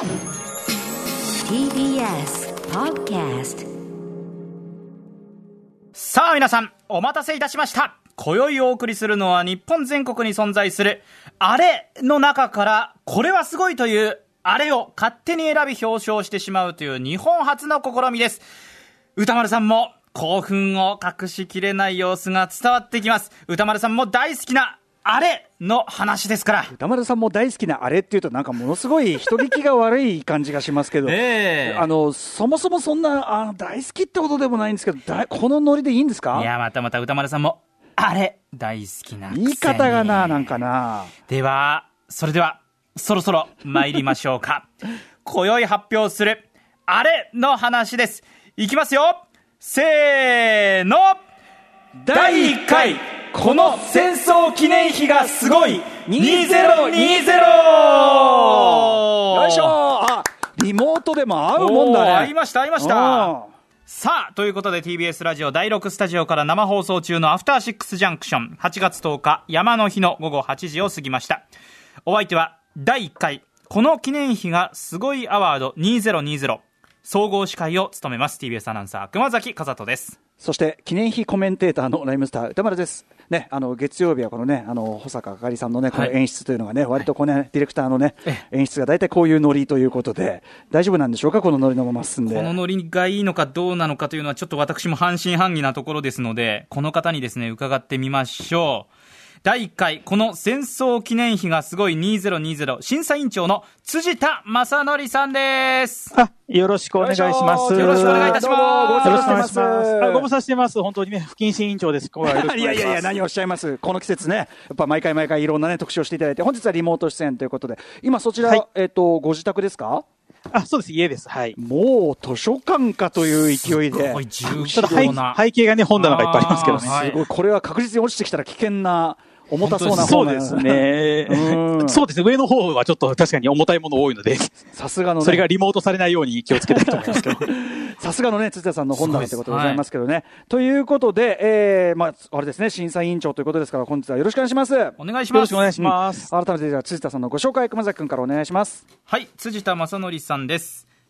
TBS Podcast。 さあ皆さんお待たせいたしました。今宵お送りするのは日本全国に存在するあれの中からこれはすごいというあれを勝手に選び表彰してしまうという日本初の試みです。歌丸さんも興奮を隠しきれない様子が伝わってきます。歌丸さんも大好きなあれの話ですから。 歌丸さんも大好きなあれっていうとなんかものすごい人聞きが悪い感じがしますけど、そもそもそんな大好きってことでもないんですけど、このノリでいいんですか？ いやまた歌丸さんもあれ大好きなくせに言い方がなんかな。 ではそれではそろそろ参りましょうか今宵発表するあれの話です。いきますよ、せーの。第1回この戦争記念碑がすごい2020。 よいしょ。リモートでも合うもんだね。 合いましたさあということで TBS ラジオ第6スタジオから生放送中のアフターシックスジャンクション、8月10日山の日の午後8時を過ぎました。お相手は第1回この記念碑がすごいアワード2020総合司会を務めます TBS アナウンサー熊崎和人です。そして記念碑コメンテーターのライムスター歌丸ですね。月曜日はこのね保坂あかりさんのねこの演出というのがね、割とこうねディレクターのね演出が大体こういうノリということで、大丈夫なんでしょうか、このノリのまま進んで。 このノリがいいのかどうなのかというのはちょっと私も半信半疑なところですので、この方にですね伺ってみましょう。第1回この戦争記念碑がすごい2020審査委員長の辻田正則さんです。 よろしくお願いします。 よろしくお願いいたします。 よろしくお願いします。ご無沙汰してます。本当にね、不謹慎委員長です。 いや何をおっしゃいます。この季節ね、やっぱ毎回いろんなね特集をしていただいて、本日はリモート出演ということで、今そちら、ご自宅ですか？ そうです、家です。はい。 もう図書館かという勢いで、 すごい重厚な背景がね本棚がいっぱいありますけどね。 すごい、これは確実に落ちてきたら危険な重たそうな方なんですね。そうですね。上の方はちょっと確かに重たいもの多いので、 さすがのね、 それがリモートされないように気をつけたいと思いますけど。 さすがのね辻田さんの本棚ということでございますけどね。ということで、あれですね、審査委員長ということですから、本日はよろしくお願いします。 お願いします。 よろしくお願いします。 改めてじゃあ辻田さんのご紹介、熊崎君からお願いします。 はい、辻田正則さんです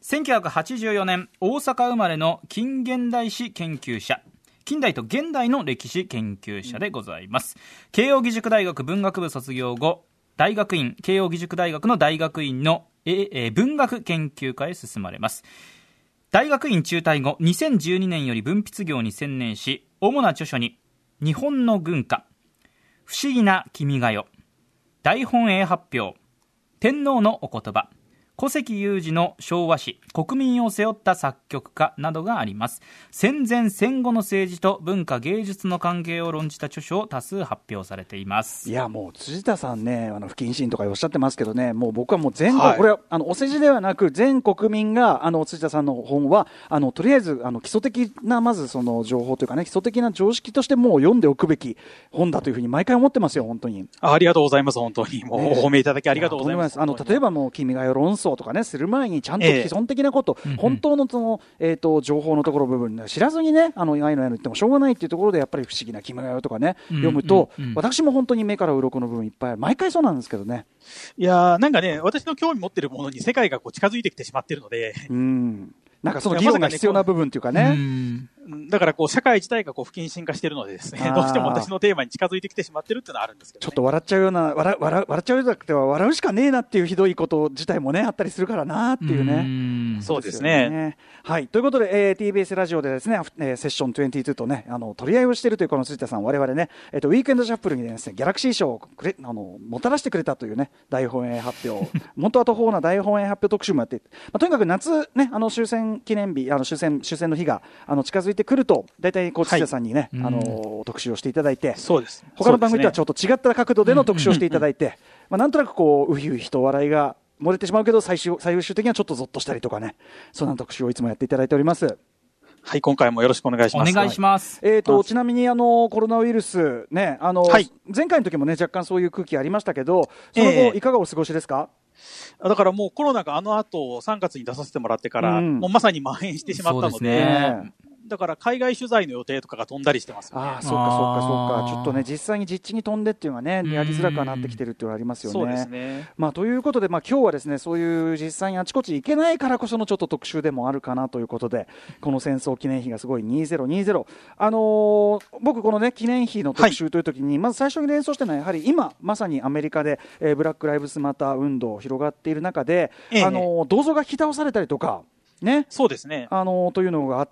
。1984年大阪生まれの近現代史研究者、近代と現代の歴史研究者でございます。慶應義塾大学文学部卒業後、大学院慶應義塾大学の大学院の、文学研究科へ進まれます。大学院中退後、2012年より文筆業に専念し、主な著書に日本の軍歌、不思議な君が代、大本営発表、天皇のお言葉、古関裕二の昭和史、国民を背負った作曲家などがあります。戦前戦後の政治と文化芸術の関係を論じた著書を多数発表されています。 いやもう辻田さんね、不謹慎とかおっしゃってますけどね、もう僕はもう全国、これはお世辞ではなく全国民が辻田さんの本はとりあえず基礎的なまずその情報というかね、基礎的な常識としてもう読んでおくべき本だというふうに毎回思ってますよ。本当にありがとうございます。本当にもうお褒めいただきありがとうございます。 例えばもう君が代論争とかねする前にちゃんと基本的なこと、本当のその、情報のところ部分知らずにね、やの言ってもしょうがないっていうところで、やっぱり不思議な君が代とかね、読むと、私も本当に目から鱗の部分いっぱいある。毎回そうなんですけどね。 いやなんかね、私の興味持ってるものに世界がこう近づいてきてしまってるので、 なんかその議論が必要な部分っていうかね。 だからこう社会自体がこう不謹慎化しているのでですね、どうしても私のテーマに近づいてきてしまってるっていうのはあるんですけど、ね、 ちょっと笑っちゃうような笑っちゃうようじゃなくて笑うしかねえなっていうひどいこと自体もねあったりするからなっていうね。 そうですね。 はい、ということで、TBS ラジオでですね、セッション22とね取り合いをしているというこの辻田さん、我々ね、ウィークエンドシャッフルにですねギャラクシー賞をもたらしてくれたというね大本営発表元はと法な大本営発表特集もやって、とにかく夏ね終戦記念日終戦の日が近づいてくると大体こう辻田さんにね、特集をしていただいて、 そうです。 他の番組とはちょっと違った角度での特集をしていただいて、なんとなくこううひうひと笑いが漏れてしまうけど最終的にはちょっとゾッとしたりとかね、そんな特集をいつもやっていただいております。 はい、今回もよろしくお願いします。 お願いします。 ちなみにコロナウイルスね、前回の時もね若干そういう空気ありましたけど、その後いかがお過ごしですか？ だからもうコロナが後3月に出させてもらってから、もうまさに蔓延してしまったので、 だから海外取材の予定とかが飛んだりしてますよね。 ああ、そうかそうかそうか。ちょっとね、実際に実地に飛んでっていうのがね、やりづらくはなってきてるっていうのがありますよね。 そうですね。 まあ、ということで、まあ、今日はですね、そういう実際にあちこち行けないからこそのちょっと特集でもあるかなということで、この戦争記念碑がすごい2020。僕このね、記念碑の特集という時に、まず最初に連想したのは、やはり今、まさにアメリカで、ブラック・ライブズ・マター運動広がっている中で、銅像が引き倒されたりとか、ね、 そうですね。 というのがあって、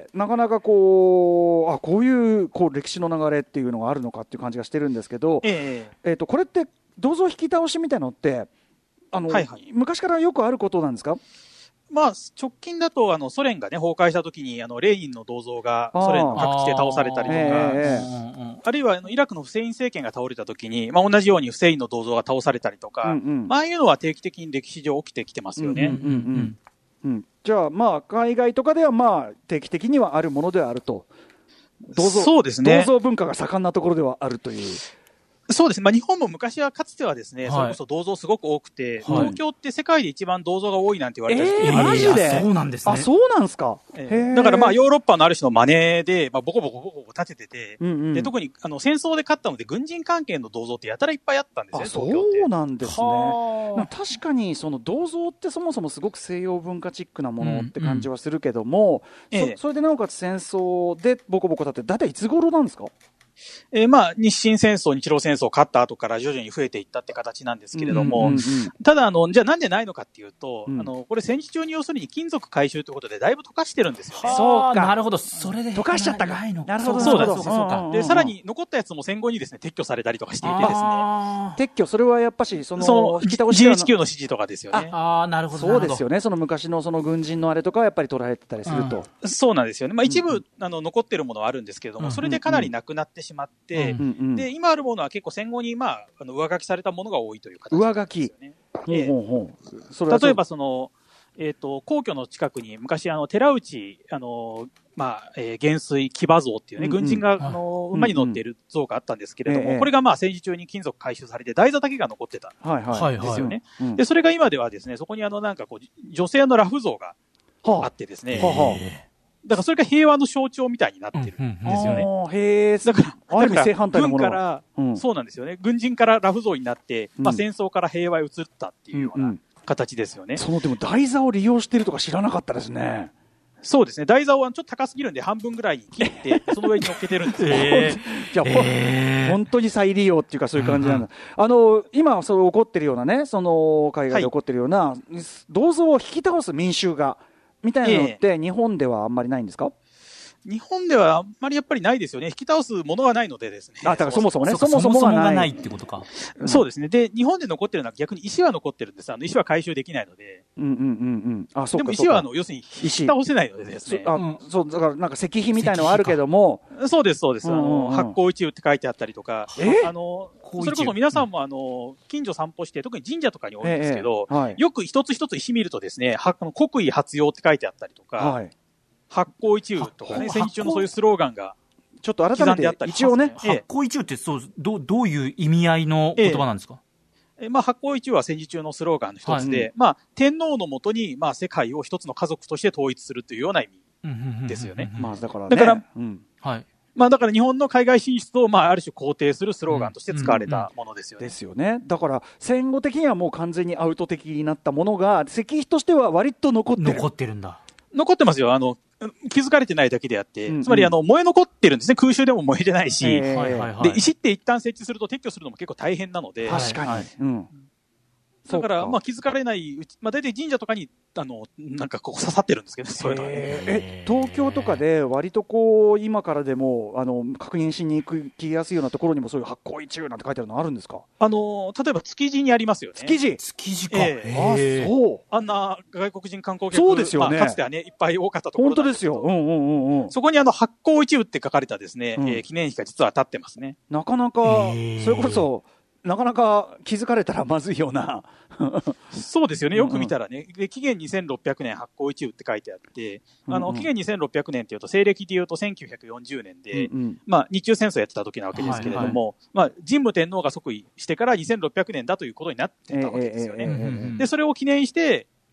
なかなかこういう歴史の流れっていうのがあるのかっていう感じがしてるんですけど、これって銅像引き倒しみたいなのって昔からよくあることなんですか？ まあ、直近だとソ連が、ね、崩壊したときにレーニンの銅像がソ連の各地で倒されたりとか、あるいはイラクのフセイン政権が倒れたときに、まあ、同じようにフセインの銅像が倒されたりとか、まああいうのは定期的に歴史上起きてきてますよね。 じゃあ、まあ、海外とかでは、まあ、定期的にはあるものではあると。 そうですね。 銅像文化が盛んなところではあるという。 そうですね。まあ、日本も昔はかつてはですね、それこそ銅像すごく多くて、東京って世界で一番銅像が多いなんて言われたりして、 マジで？ そうなんですね。 あ、そうなんですか。 だからまあヨーロッパのある種の真似で、まあ、ボコボコ立ててて、で特に戦争で勝ったので軍人関係の銅像ってやたらいっぱいあったんですね、東京って。 そうなんですね。確かにその銅像ってそもそもすごく西洋文化チックなものって感じはするけども、それでなおかつ戦争でボコボコ立って、だいたいいつ頃なんですか？ まあ、日清戦争、日露戦争勝った後から徐々に増えていったって形なんですけれども、ただじゃあなんでないのかっていうと、これ戦時中に要するに金属回収ということでだいぶ溶かしてるんですよね。 そうか。なるほど。それで溶かしちゃったか。なるほど。 そうだ、そうか。で、さらに残ったやつも戦後にですね、撤去されたりとかしていてですね。 撤去、それはやっぱし、引き倒し GHQ の指示とかですよね。 なるほど。 そうですよね。その昔のその軍人のあれとかはやっぱり捉えてたりすると。 そうなんですよね。まあ一部、残ってるものはあるんですけれども、それでかなりなくなってしまって、で、今あるものは結構戦後に、まあ、上書きされたものが多いという形なんですよね。例えば皇居の近くに昔、寺内、元帥騎馬像っていうね、軍人が、馬に乗っている像があったんですけれども、これがまあ戦時中に金属回収されて、台座だけが残ってたんですよね。で、それが今ではですね、そこになんか女性の裸婦像があってですね、だからそれが平和の象徴みたいになってるんですよね。だから、軍から、そうなんですよね。軍人から裸婦像になって、まあ戦争から平和へ移ったっていうような形ですよね。 でも台座を利用してるとか知らなかったですね。 そうですね。台座をちょっと高すぎるんで半分ぐらいに切って、その上に乗っけてるんですよ。 じゃあ、本当に再利用っていうかそういう感じなんだ。今、そう起こってるようなね、その海外で起こってるような、銅像を引き倒す民衆が、みたいなのって日本ではあんまりないんですか？ 日本ではあんまりやっぱりないですよね。引き倒すものがないのでですね。 だからそもそもね、そもそもがないってことか。 そうですね。で、日本で残ってるのは逆に石は残ってるんです。石は回収できないので。でも石は要するに引き倒せないのでですね。 そう、だからなんか石碑みたいのはあるけども。 そうです、そうです。発光一宇って書いてあったりとか。それこそ皆さんも近所散歩して、特に神社とかに多いんですけど、よく一つ一つ石見るとですね、国威発揚って書いてあったりとか、発光一宇とかね、戦時中のそういうスローガンがちょっと改めて一応ね、 発光一宇ってどういう意味合いの言葉なんですか？ まあ、発光一宇は戦時中のスローガンの一つで、まあ、天皇のもとに、まあ、世界を一つの家族として統一するというような意味ですよね。 まあ、だからまあ、だから日本の海外進出を、まあ、ある種肯定するスローガンとして使われたものですよね。 ですよね。だから、戦後的にはもう完全にアウト的になったものが、石碑としては割と残ってる。 残ってるんだ。 残ってますよ。気づかれてないだけであって、つまり燃え残ってるんですね。空襲でも燃えてないし。で、石って一旦設置すると撤去するのも結構大変なので。 確かに。 だから、まあ気づかれない、まあ大体神社とかに、なんかこう刺さってるんですけどね、そういうのはね。 東京とかで割と今からでも、確認しに行きやすいようなところにもそういう発光一宇なんて書いてあるのあるんですか？ 例えば築地にありますよね。 築地か。そう。 あんな外国人観光客、 そうですよね。 かつてはね、いっぱい多かったところ本当ですよ。 そこに発光一宇って書かれたですね、記念碑が実は立ってますね。 なかなか、それこそ、なかなか気づかれたらまずいようなそうですよね。よく見たらね、紀元2600年発光一宇って書いてあって、紀元2600年っていうと、西暦でいうと1940年で、まあ、日中戦争やってた時なわけですけれども、まあ、神武天皇が即位してから2600年だということになってたわけですよね。で、それを記念して、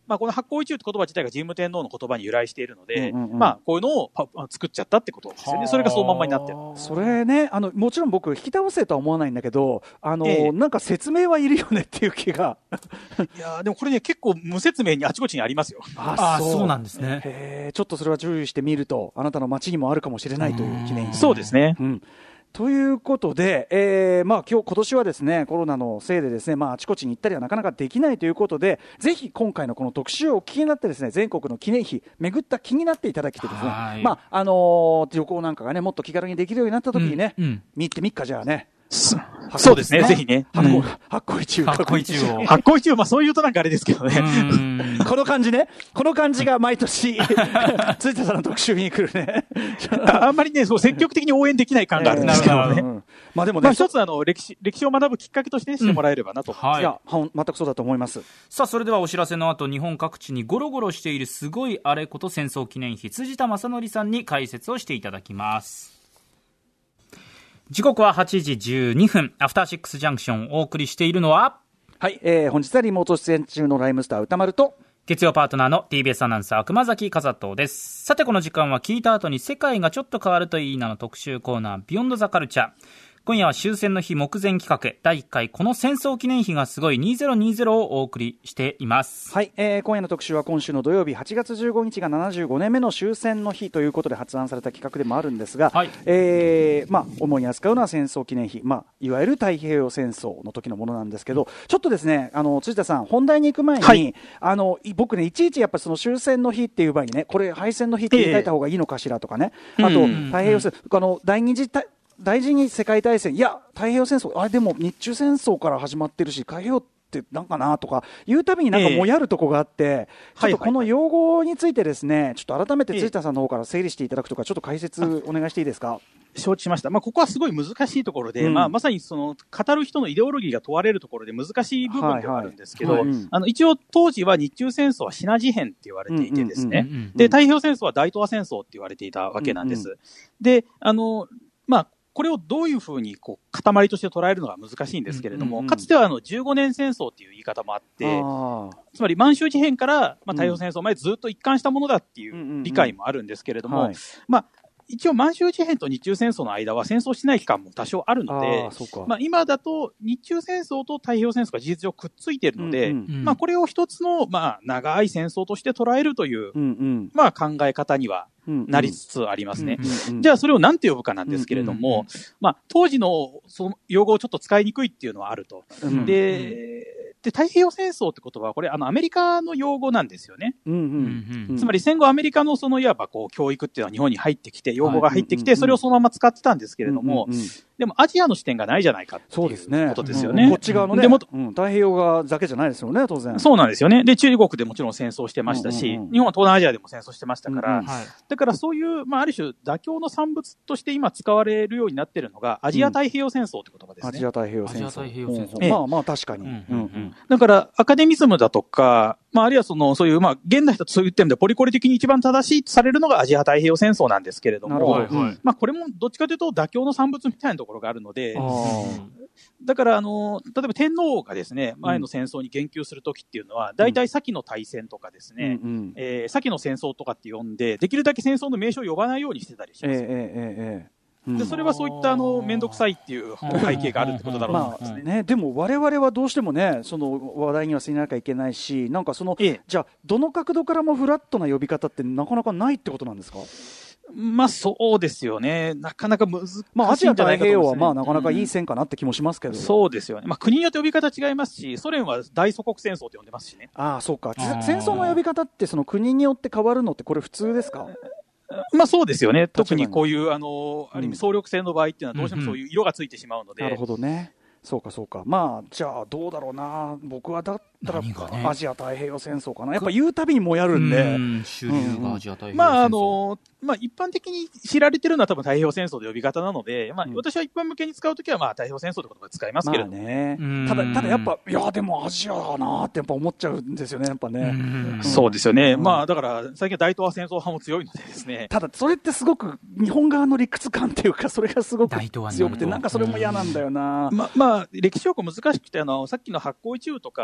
まあ、この発行宇宙って言葉自体が神武天皇の言葉に由来しているので、まあ、こういうのを作っちゃったってことですよね。それがそのまんまになってる。 それね、もちろん僕、引き倒せとは思わないんだけど、なんか説明はいるよねっていう気が。 いやでもこれね、結構無説明にあちこちにありますよ。 そうなんですね。 ちょっとそれは注意してみると、あなたの街にもあるかもしれないという記念碑。 そうですね。 ということで、まあ今年はですね、コロナのせいでですね、まああちこちに行ったりはなかなかできないということで、ぜひ今回のこの特集をお聞きになってですね、全国の記念碑巡った気になっていただきてですね、まあ旅行なんかがね、もっと気軽にできるようになった時にね、見ってみっかじゃあね。 そうですね、ぜひね。 発行一応。 発行一応、まあそういうとなんかあれですけどね。 この感じね。この感じが毎年、辻田さんの特集に来るね。 あんまりね、そう積極的に応援できない感があるんですけどね。 まあでもね、 一つ歴史を学ぶきっかけとしてしてもらえればなと思います。 いや、全くそうだと思います。 さあ、それではお知らせの後、日本各地にゴロゴロしているすごいあれこと戦争記念碑、辻田正則さんに解説をしていただきます。時刻は8時12分、アフターシックスジャンクションお送りしているのは、 はい、本日はリモート出演中のライムスター歌丸と、 月曜パートナーの TBS アナウンサー熊崎和人です。さて、この時間は聞いた後に世界がちょっと変わるといいなの特集コーナー、ビヨンドザカルチャー。今夜は終戦の日目前企画第1回この戦争記念碑がすごい2020をお送りしています。 はい、今夜の特集は今週の土曜日8月15日が75年目の終戦の日ということで発案された企画でもあるんですが、はい、まあ、主に扱うのは戦争記念碑、まあ、いわゆる太平洋戦争の時のものなんですけど、ちょっとですね、辻田さん本題に行く前に、はい、僕ねいちいちやっぱその終戦の日っていう場合にね、これ敗戦の日って言い換えた方がいいのかしらとかね、あと太平洋戦争、第二次世界大戦、いや太平洋戦争、あれでも日中戦争から始まってるし、太平洋ってなんかなとか言うたびになんかもやるとこがあって、ちょっとこの用語についてですね、ちょっと改めて辻田さんの方から整理していただくとか、ちょっと解説お願いしていいですか。 承知しました。まあ、ここはすごい難しいところで、まあ、まさにその語る人のイデオロギーが問われるところで難しい部分ではあるんですけど、一応当時は日中戦争はシナ事変って言われていてですね、で太平洋戦争は大東亜戦争って言われていたわけなんです。で、まあこれをどういうふうにこう塊として捉えるのが難しいんですけれども、かつては15年戦争っていう言い方もあって、つまり満州事変から、まあ、太平洋戦争までずっと一貫したものだっていう理解もあるんですけれども、まあ一応満州事変と日中戦争の間は戦争しない期間も多少あるので、まあ、今だと日中戦争と太平洋戦争が事実上くっついているので、まあ、これを一つの、まあ、長い戦争として捉えるという、まあ、考え方にはなりつつありますね。じゃあそれを何て呼ぶかなんですけれども、まあ、当時のその用語をちょっと使いにくいっていうのはあると。で太平洋戦争って言葉はこれアメリカの用語なんですよね。つまり戦後アメリカのそのいわばこう教育っていうのは日本に入ってきて、用語が入ってきて、それをそのまま使ってたんですけれども、でもアジアの視点がないじゃないかっていうことですよね。 こっち側のね、太平洋側だけじゃないですよね、当然。 そうなんですよね。で、中国でもちろん戦争してましたし、日本は東南アジアでも戦争してましたから、だからそういう、まあある種妥協の産物として今使われるようになっているのがアジア太平洋戦争って言葉ですね。 アジア太平洋戦争。まあまあ確かに。 だからアカデミズムだとか、まああるいはそういう、まあ現代だとそういう点でポリコレ的に一番正しいとされるのがアジア太平洋戦争なんですけれども、まあこれもどっちかというと妥協の産物みたいなところがあるので、だから例えば天皇がですね、前の戦争に言及するときっていうのは、大体先の大戦とかですね、先の戦争とかって呼んで、できるだけ戦争の名称を呼ばないようにしてたりします。でそれはそういった面倒くさいっていう背景があるってことだろうと思いますね。 でも我々はどうしてもね、その話題にはしなきゃいけないし、なんかその、じゃあどの角度からもフラットな呼び方ってなかなかないってことなんですか。 まあそうですよね。なかなか難しいんじゃないかと思いますね。 まあアジア太平洋はまあなかなかいい線かなって気もしますけど。 そうですよね。まあ国によって呼び方違いますし、ソ連は大祖国戦争って呼んでますしね。 ああ、そうか。戦争の呼び方ってその国によって変わるのってこれ普通ですか。 まあそうですよね。特にこういうある意味総力戦の場合っていうのはどうしてもそういう色がついてしまうので。 なるほどね。そうかそうか。まあじゃあどうだろうな。僕はだったらアジア太平洋戦争かな。やっぱ言うたびにもやるんで。 主流がアジア太平洋戦争。 まあ一般的に知られてるのは多分太平洋戦争で呼び方なので、まあ私は一般向けに使うときはまあ太平洋戦争って言葉使いますけれども、ね。ただやっぱいやでもアジアだなってやっぱ思っちゃうんですよね、やっぱね。 そうですよね。まあだから最近は大東亜戦争派も強いのでですね。 ただそれってすごく日本側の理屈感っていうか、それがすごく強くてなんかそれも嫌なんだよな。 まあ歴史用語難しくてさっきの発行一宇とか大東亜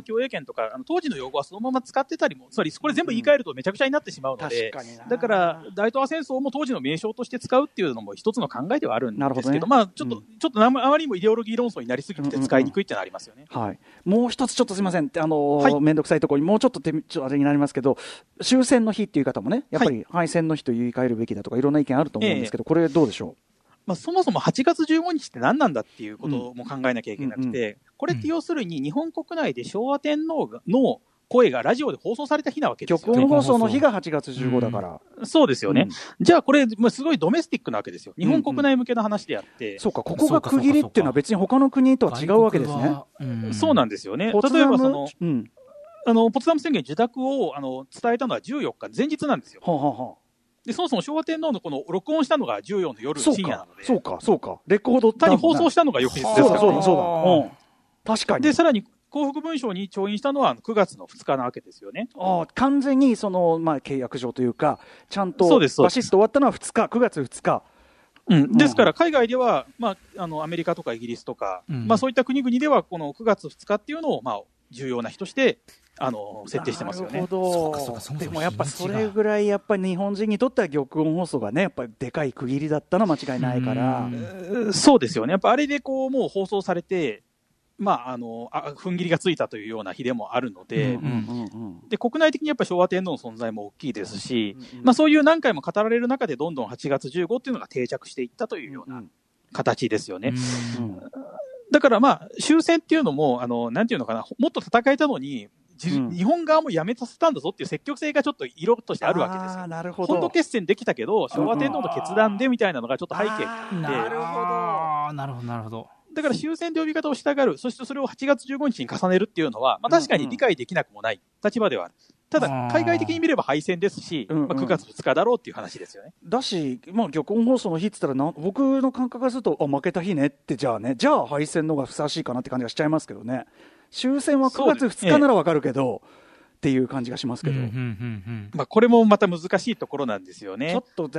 和共栄圏とか、当時の用語はそのまま使ってたりも、つまりこれ全部言い換えるとめちゃくちゃになってしまうので、だから大東亜戦争も当時の名称として使うっていうのも一つの考えではあるんですけど、まあちょっとあまりにもイデオロギー論争になりすぎて使いにくいっていうのはありますよね。 はい。もう一つちょっとすみません、めんどくさいところにもうちょっとあれになりますけど、終戦の日っていう言い方もね、やっぱり敗戦の日と言い換えるべきだとかいろんな意見あると思うんですけど、これどうでしょう。 まあ、そもそも8月15日って何なんだっていうことも考えなきゃいけなくて、これって要するに日本国内で昭和天皇の声がラジオで放送された日なわけですよね。 玉音放送の日が8月15だから。 そうですよね。じゃあこれ、すごいドメスティックなわけですよ。日本国内向けの話であって。 そうか、ここが区切りっていうのは別に他の国とは違うわけですね。 そうなんですよね。例えばポツダム宣言受諾を伝えたのは14日前日なんですよ。で、そもそも昭和天皇のこの録音したのが14の夜深夜なので。 そうか。レコード単に放送したのが翌日ですからね。 そうだ。確かに。 で、さらに幸福文書に調印したのは9月の2日なわけですよね。 完全に契約上というか、ちゃんとバシッと終わったのは9月2日。 ですから海外では、アメリカとかイギリスとか、そういった国々ではこの9月2日っていうのを、重要な日として設定してますよね。 でもやっぱそれぐらいやっぱり日本人にとっては玉音放送がねやっぱりでかい区切りだったのは間違いないから。 そうですよね。やっぱあれでもう放送されて、踏ん切りがついたというような日でもあるので、で国内的にやっぱ昭和天皇の存在も大きいですし、そういう何回も語られる中でどんどん8月15っていうのが定着していったというような形ですよね。だから終戦っていうのもなんていうのかな、もっと戦えたのに日本側もやめさせたんだぞっていう積極性がちょっと色としてあるわけですよ。 なるほど。 本土決戦できたけど昭和天皇の決断でみたいなのがちょっと背景があって、 なるほど。 だから終戦と呼び方をしたがる、そしてそれを8月15日に重ねるっていうのは、確かに理解できなくもない立場ではある。ただ海外的に見れば敗戦ですし、9月2日だろうっていう話ですよね。 だし、玉音放送の日って言ったら僕の感覚からすると負けた日ねってじゃあ敗戦の方がふさわしいかなって感じがしちゃいますけどね。終戦は9月2日ならわかるけど、っていう感じがしますけど、 これもまた難しいところなんですよね。 ちょっと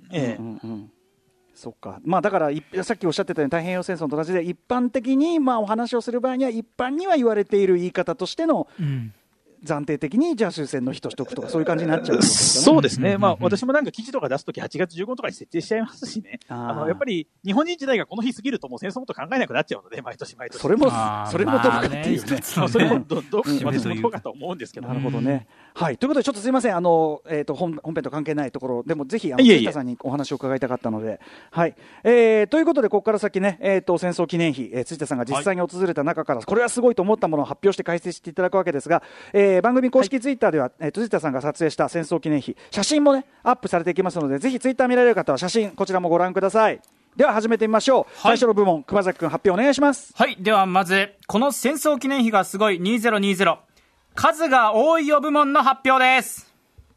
そっか。だからさっきおっしゃってたように太平洋戦争と同じで一般的にお話をする場合には一般には言われている言い方としての、暫定的にじゃあ終戦の日としておくとかそういう感じになっちゃうんですかね。 そうですね。私もなんか記事とか出すとき8月15とかに設定しちゃいますしね。やっぱり日本人時代がこの日過ぎるともう戦争のこと考えなくなっちゃうので、毎年。それもどうかっていうね。 それもどうかと思うんですけど。 なるほどね。はい。ということでちょっとすいません。本編と関係ないところでもぜひ藤田さんにお話を伺いたかったので、はい。ということでここから先ね、戦争記念碑、藤田さんが実際に訪れた中からこれはすごいと思ったものを発表して解説していただくわけですが、番組公式ツイッターでは、藤田さんが撮影した戦争記念碑写真もねアップされていきますので、ぜひツイッター見られる方は写真こちらもご覧ください。では始めてみましょう。最初の部門、熊崎君発表お願いします。 はい。ではまずこの戦争記念碑がすごい2020数が多いよ部門の発表です。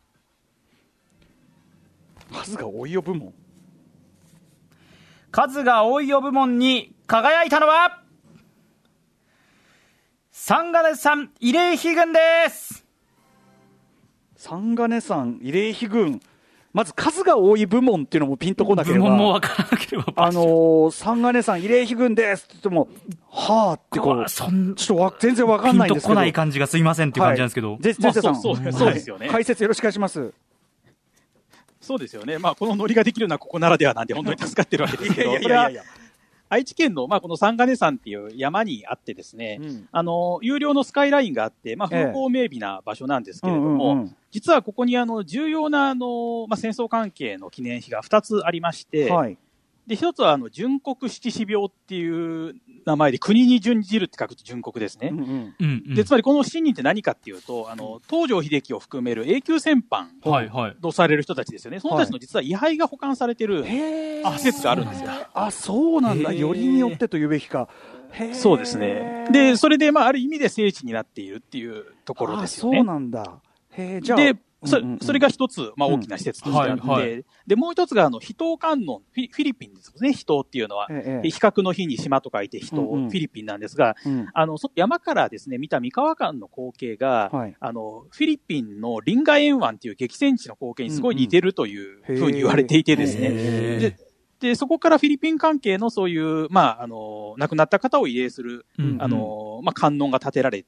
数が多いよ部門、 数が多いよ部門に輝いたのは三金山慰霊碑群です。 三金山慰霊碑群、まず数が多い部門っていうのもピンとこなければ、 部門も分からなければ三金山慰霊碑群ですって言ってもはあってこうちょっと全然分かんないんですけど、 ピンとこない感じがすいませんっていう感じなんですけど、 ジェスさん、 そうですよね。 解説よろしくお願いします。 そうですよね。このノリができるのはここならではなんで本当に助かってるわけですけど、それは愛知県の、この三金山っていう山にあってですね、有料のスカイラインがあって、風光明媚な場所なんですけれども、実はここに重要な戦争関係の記念碑が2つありまして、で一つは純国七死病っていう名前で国に準じるって書くと純国ですね。でつまりこの7人って何かっていうと東条英機を含める永久戦犯とされる人たちですよね。その人たちの実は位牌が保管されてる施設があるんですよ。 そうなんだ。よりによってというべきか。 そうですね。でそれである意味で聖地になっているっていうところですよね。 そうなんだ。じゃあでそれが一つ、大きな施設としてあって、で、もう一つが、秘湯観音、フィリピンですね、秘湯っていうのは。比較の日に島と書いて秘湯、フィリピンなんですが、山からですね、見た三河湾の光景が、フィリピンのリンガ沿湾っていう激戦地の光景にすごい似てるというふうに言われていてですね、で、そこからフィリピン関係のそういう、亡くなった方を慰霊する、観音が建てられた。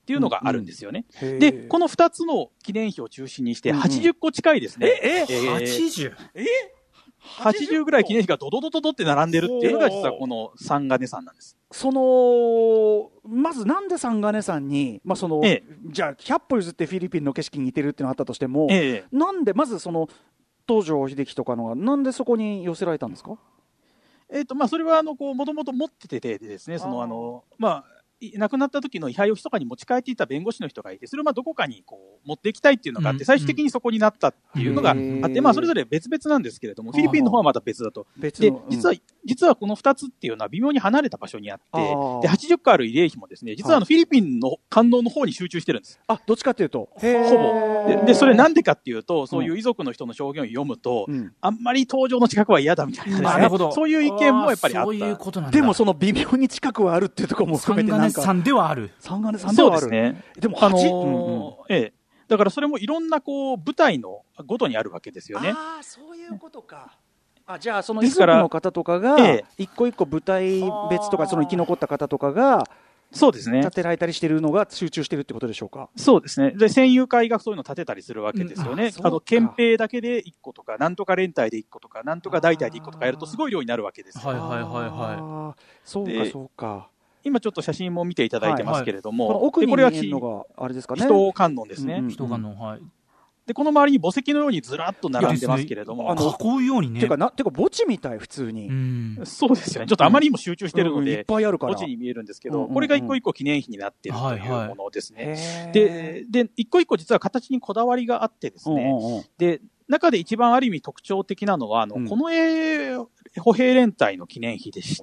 っていうのがあるんですよね。で、この2つの記念碑を中心にして80個近いですね。80ぐらい記念碑がドドドドドって並んでるっていうのが実はこの三金山なんです。 まずなんで三金山に、じゃあ100歩譲ってフィリピンの景色に似てるっていうのがあったとしても、なんでまず東條英機とかのがなんでそこに寄せられたんですか？ それはもともと持っててですね、亡くなった時の位牌を密かに持ち帰っていた弁護士の人がいて、それをどこかに持っていきたいっていうのがあって、最終的にそこになったっていうのがあって、それぞれ別々なんですけれども、フィリピンの方はまた別だと。で、実はこの2つっていうのは微妙に離れた場所にあって、で、80個ある慰霊碑もですね、実はフィリピンの観音の方に集中してるんです。 どっちかっていうと。 ほぼ。で、それなんでかっていうと、そういう遺族の人の証言を読むと、あんまり登場の近くは嫌だみたいな、 なるほど。 そういう意見もやっぱりあった。 そういうことなんだ。 でもその微妙に近くはあるっていうところも含めて三金さんではある。 三金さんではある。 そうですね。でもだからそれもいろんな舞台のごとにあるわけですよね。 そういうことか。じゃあその遺族の方とかが一個一個舞台別とかその生き残った方とかがそうですね。 建てられたりしているのが集中しているってことでしょうか。 そうですね。で、戦友会がそういうのを建てたりするわけですよね。憲兵だけで1個とか、なんとか連隊で1個とか、なんとか大隊で1個とかやるとすごい量になるわけですよ。 そうか。 今ちょっと写真も見ていただいてますけれども、 この奥に見えるのがあれですかね。 人観音ですね。 人観音、はい。 で、この周りに墓石のようにずらっと並んでますけれども。 囲うようにね。 てか墓地みたい、普通に。 そうですよね。ちょっとあまりにも集中してるので、 いっぱいあるから。 墓地に見えるんですけど、これが一個一個記念碑になっているというものですね。で、一個一個実は形にこだわりがあってですね。で、中で一番ある意味特徴的なのは、この歩兵連隊の記念碑でして、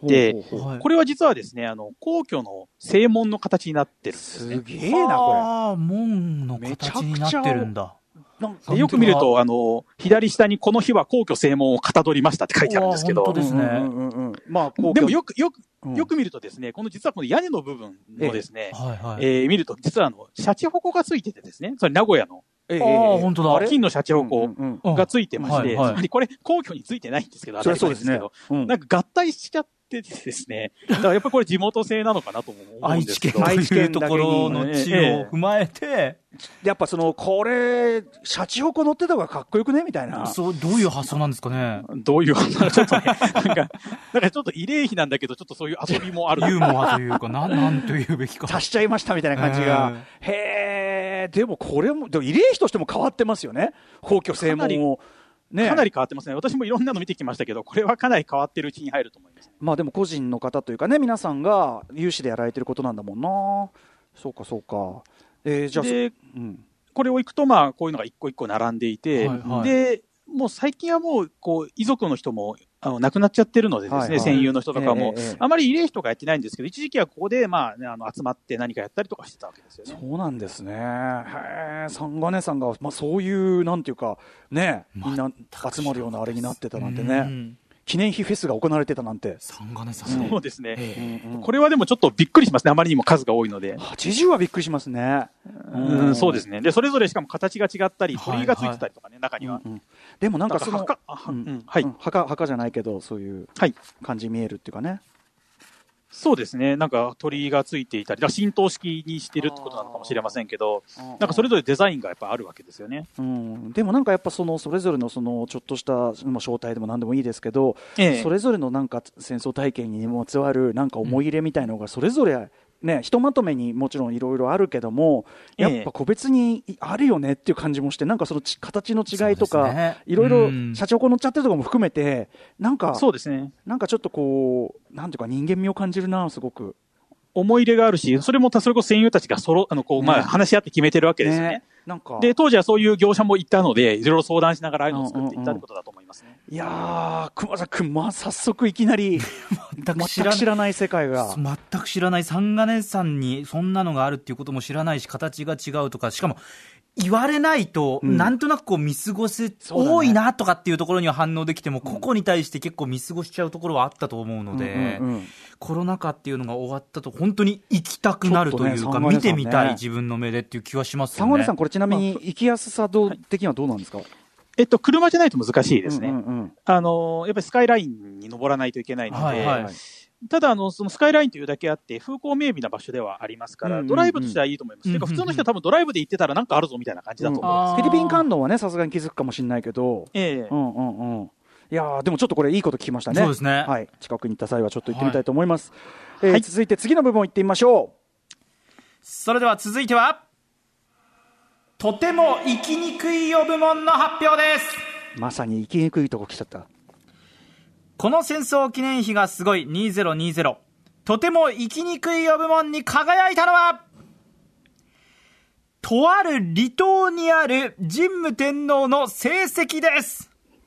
これは実はですね、皇居の正門の形になってるんですね。 すげえな、これ。 門の形になってるんだ。 よく見ると、左下にこの日は皇居正門をかたどりましたって書いてあるんですけど。 本当ですね。 でもよく見るとですね、実はこの屋根の部分のですね、見ると、実はシャチホコがついててですね、それ名古屋の。 本当だ。 金のシャチホコがついてまして、つまりこれ皇居についてないんですけど、 そうですね。 なんか合体しちゃってですね、だからやっぱりこれ地元製なのかなと思うんですけど。 愛知県というところの地を踏まえて、 やっぱこれ、シャチホコ乗ってた方がかっこよくねみたいな。 どういう発想なんですかね。 どういう発想ちょっとね、なんかちょっと慰霊碑なんだけど、ちょっとそういう遊びもある。 ユーモアというか、なんというべきか。 足しちゃいましたみたいな感じが。でもこれも、慰霊碑としても変わってますよね。皇居正門を。 かなり変わってますね。私もいろんなの見てきましたけど、これはかなり変わってるうちに入ると思います。 でも個人の方というかね、皆さんが有志でやられてることなんだもんな。そうか。じゃあ、 これをいくと、こういうのが一個一個並んでいて、で、もう最近はもう、遺族の人も、亡くなっちゃってるのでですね、戦友の人とかも、あまり慰霊碑とかやってないんですけど、一時期はここで、集まって何かやったりとかしてたわけですよね。 そうなんですね。三金さんが、そういう、なんていうか、ね、みんな集まるようなあれになってたなんてね。記念碑フェスが行われてたなんて。 三金さん。 そうですね。これはでもちょっとびっくりしますね。あまりにも数が多いので。 80はびっくりしますね。 そうですね。で、それぞれしかも形が違ったり、鳥居がついてたりとかね、中には。 でもなんか墓じゃないけど、そういう感じ見えるっていうかね。 そうですね。なんか鳥居がついていたり、浸透式にしてるってことなのかもしれませんけど、なんかそれぞれデザインがやっぱあるわけですよね。 でもなんかやっぱそれぞれのちょっとした招待でも何でもいいですけど、それぞれのなんか戦争体験にまつわるなんか思い入れみたいのがそれぞれね、ひとまとめにもちろんいろいろあるけども、やっぱ個別にあるよねっていう感じもして、なんかその形の違いとか、いろいろシャチホコ乗っちゃってるところも含めて、なんかそうですね。 なんかちょっとなんていうか人間味を感じるな、すごく。 思い入れがあるし、それこそ戦友たちが話し合って決めてるわけですよね。で、当時はそういう業者もいたので、いろいろ相談しながらああいうのを作っていったってことだと思いますね。 いやー、熊崎君、早速いきなり全く知らない世界が。 全く知らない三金さんにそんなのがあるっていうことも知らないし、形が違うとか、しかも言われないと、なんとなく見過ごせ、多いなとかっていうところには反応できても、個々に対して結構見過ごしちゃうところはあったと思うので、コロナ禍っていうのが終わったと本当に行きたくなるというか、見てみたい自分の目でっていう気はしますよね。 三金さん、これちなみに行きやすさ的にはどうなんですか？ 車じゃないと難しいですね。やっぱりスカイラインに登らないといけないので、 ただそのスカイラインというだけあって、風光明媚な場所ではありますから、ドライブとしてはいいと思います。ていうか、普通の人は多分ドライブで行ってたらなんかあるぞみたいな感じだと思うんです。 フィリピン観音はね、さすがに気づくかもしれないけど、いやでもちょっとこれいいこと聞きましたね。 そうですね。 はい、近くに行った際はちょっと行ってみたいと思います。続いて次の部分行ってみましょう。 それでは続いては、とても生きにくいよ部門の発表です。 まさに生きにくいとこ来ちゃった。 この戦争記念碑がすごい2020、とても生きにくいよ部門に輝いたのは、とある離島にある神武天皇の成績です。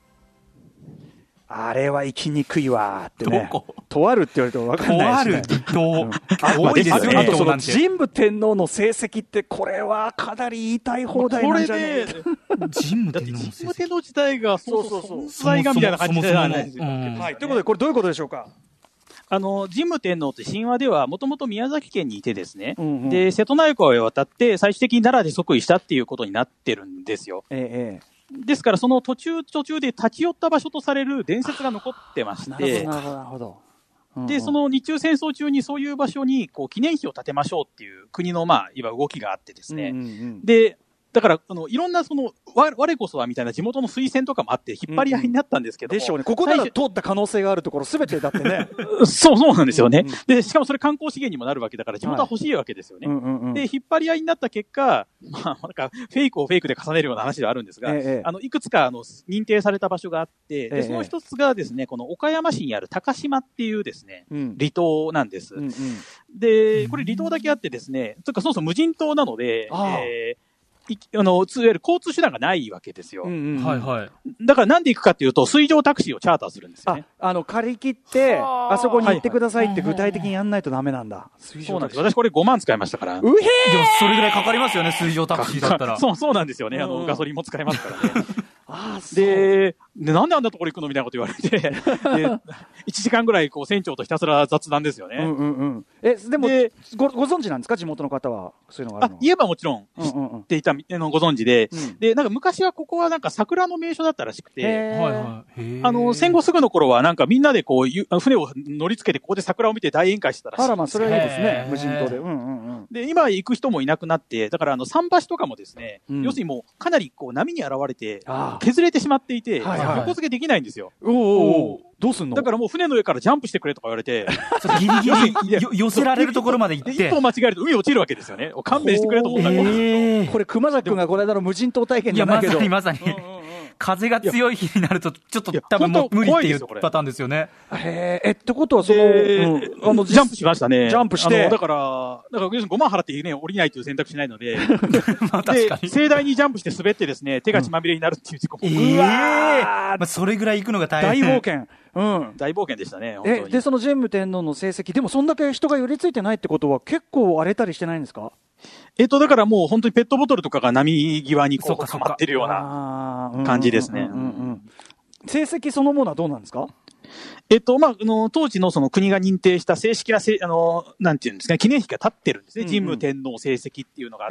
あれは生きにくいわってね。とあるって言われても分かんないですね。 とある離島、多いですよね。 あとその神武天皇の成績ってこれはかなり言いたい放題なんじゃねえ。 神武天皇自体が存在がみたいな感じではないですよ。 はい。ということでこれどういうことでしょうか。 神武天皇って神話ではもともと宮崎県にいてですね、で瀬戸内海を渡って最終的に奈良で即位したっていうことになってるんですよ。ですからその途中で立ち寄った場所とされる伝説が残ってまして、 なるほど。 でその日中戦争中にそういう場所にこう記念碑を建てましょうっていう国のいわば動きがあってですね、でだからいろんな我こそはみたいな地元の推薦とかもあって引っ張り合いになったんですけども、 でしょうね。ここなら通った可能性があるところすべてだってね。 そうなんですよね。でしかもそれ観光資源にもなるわけだから地元は欲しいわけですよね。で引っ張り合いになった結果、なんかフェイクをフェイクで重ねるような話ではあるんですが、いくつか認定された場所があって、でその一つがですね、この岡山市にある高島っていうですね、離島なんです。でこれ離島だけあってですね、というかそもそも無人島なので。いわゆる交通手段がないわけですよ。だからなんで行くかっていうと、水上タクシーをチャーターするんですよね。 借り切って、あそこに行ってくださいって具体的にやんないとダメなんだ。 そうなんです。私これ5万使いましたから。 それぐらいかかりますよね、水上タクシーだったら。 そうなんですよね。ガソリンも使えますからね。で、なんであんなところ行くのみたいなこと言われて、で1時間ぐらい船長とひたすら雑談ですよね。 でもご存知なんですか、地元の方は。そういうのがあるのは。 言えばもちろん知っていたご存知で、でなんか昔はここはなんか桜の名所だったらしくて、戦後すぐの頃はなんかみんなで船を乗り付けてここで桜を見て大宴会してたらしい。 あら、それはいいですね、無人島で。 で今行く人もいなくなって、だから桟橋とかもですね、要するにもうかなり波に現れて削れてしまっていて、横付けできないんですよ。 どうすんの？ だからもう船の上からジャンプしてくれとか言われて、 ギリギリ寄せられるところまで行って、 一歩間違えると海落ちるわけですよね。勘弁してくれと思ったんですよ。 これ熊崎君がこの間の無人島体験じゃないけど、 まさに風が強い日になるとちょっと多分もう無理っていうパターンですよね。 ってことはジャンプしましたね。 ジャンプしてだから5万払ってね降りないという選択肢ないので、 確かに盛大にジャンプして滑ってですね、手が血まみれになるっていう事故も。それぐらい行くのが大変。 大冒険。 大冒険でしたね。 でその神武天皇の成績でもそんだけ人が寄りついてないってことは結構荒れたりしてないんですか？ だからもう本当にペットボトルとかが波際に溜まってるような感じですね。 成績そのものはどうなんですか？ 当時のその国が認定した正式ななんていうんですかね、記念碑が立ってるんですね。神武天皇成績っていうのがあって、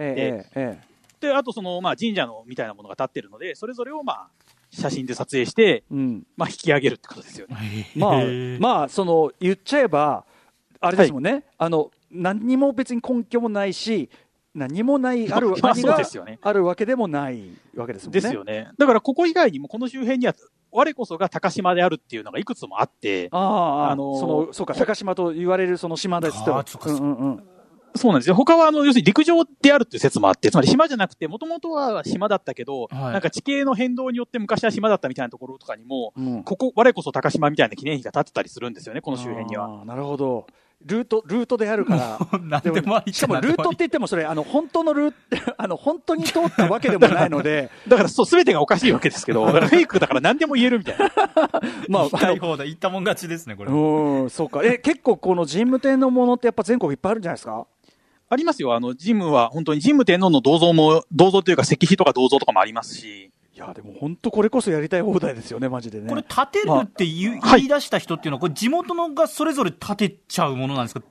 であと神社のみたいなものが立ってるので、それぞれを写真で撮影して、引き上げるってことですよね。 言っちゃえばあれですもんね。何にも別に根拠もないし、何もないあるわけでもないわけですもんね。 ですよね。だからここ以外にもこの周辺には我こそが高島であるっていうのがいくつもあって、 そうか、高島と言われるその島ですと。 そうなんですよ。他は要するに陸上であるっていう説もあって、つまり島じゃなくて、もともとは島だったけど、なんか地形の変動によって昔は島だったみたいなところとかにも、我こそ高島みたいな記念碑が建ってたりするんですよね、この周辺には。 なるほど。ルートであるから。 でもしかもルートって言ってもそれ本当の本当に通ったわけでもないので、 だから全てがおかしいわけですけど、フェイクだから何でも言えるみたいな。 言いたい放題言ったもん勝ちですね、これ。 そうか。結構この神武天皇のものってやっぱ全国いっぱいあるんじゃないですか？ ありますよ。神武は本当に神武天皇の銅像というか石碑とか銅像とかもありますし。 いやでも本当これこそやりたい放題ですよね、マジでね。 これ建てるって言い出した人っていうのはこれ地元のがそれぞれ建てちゃうものなんですか？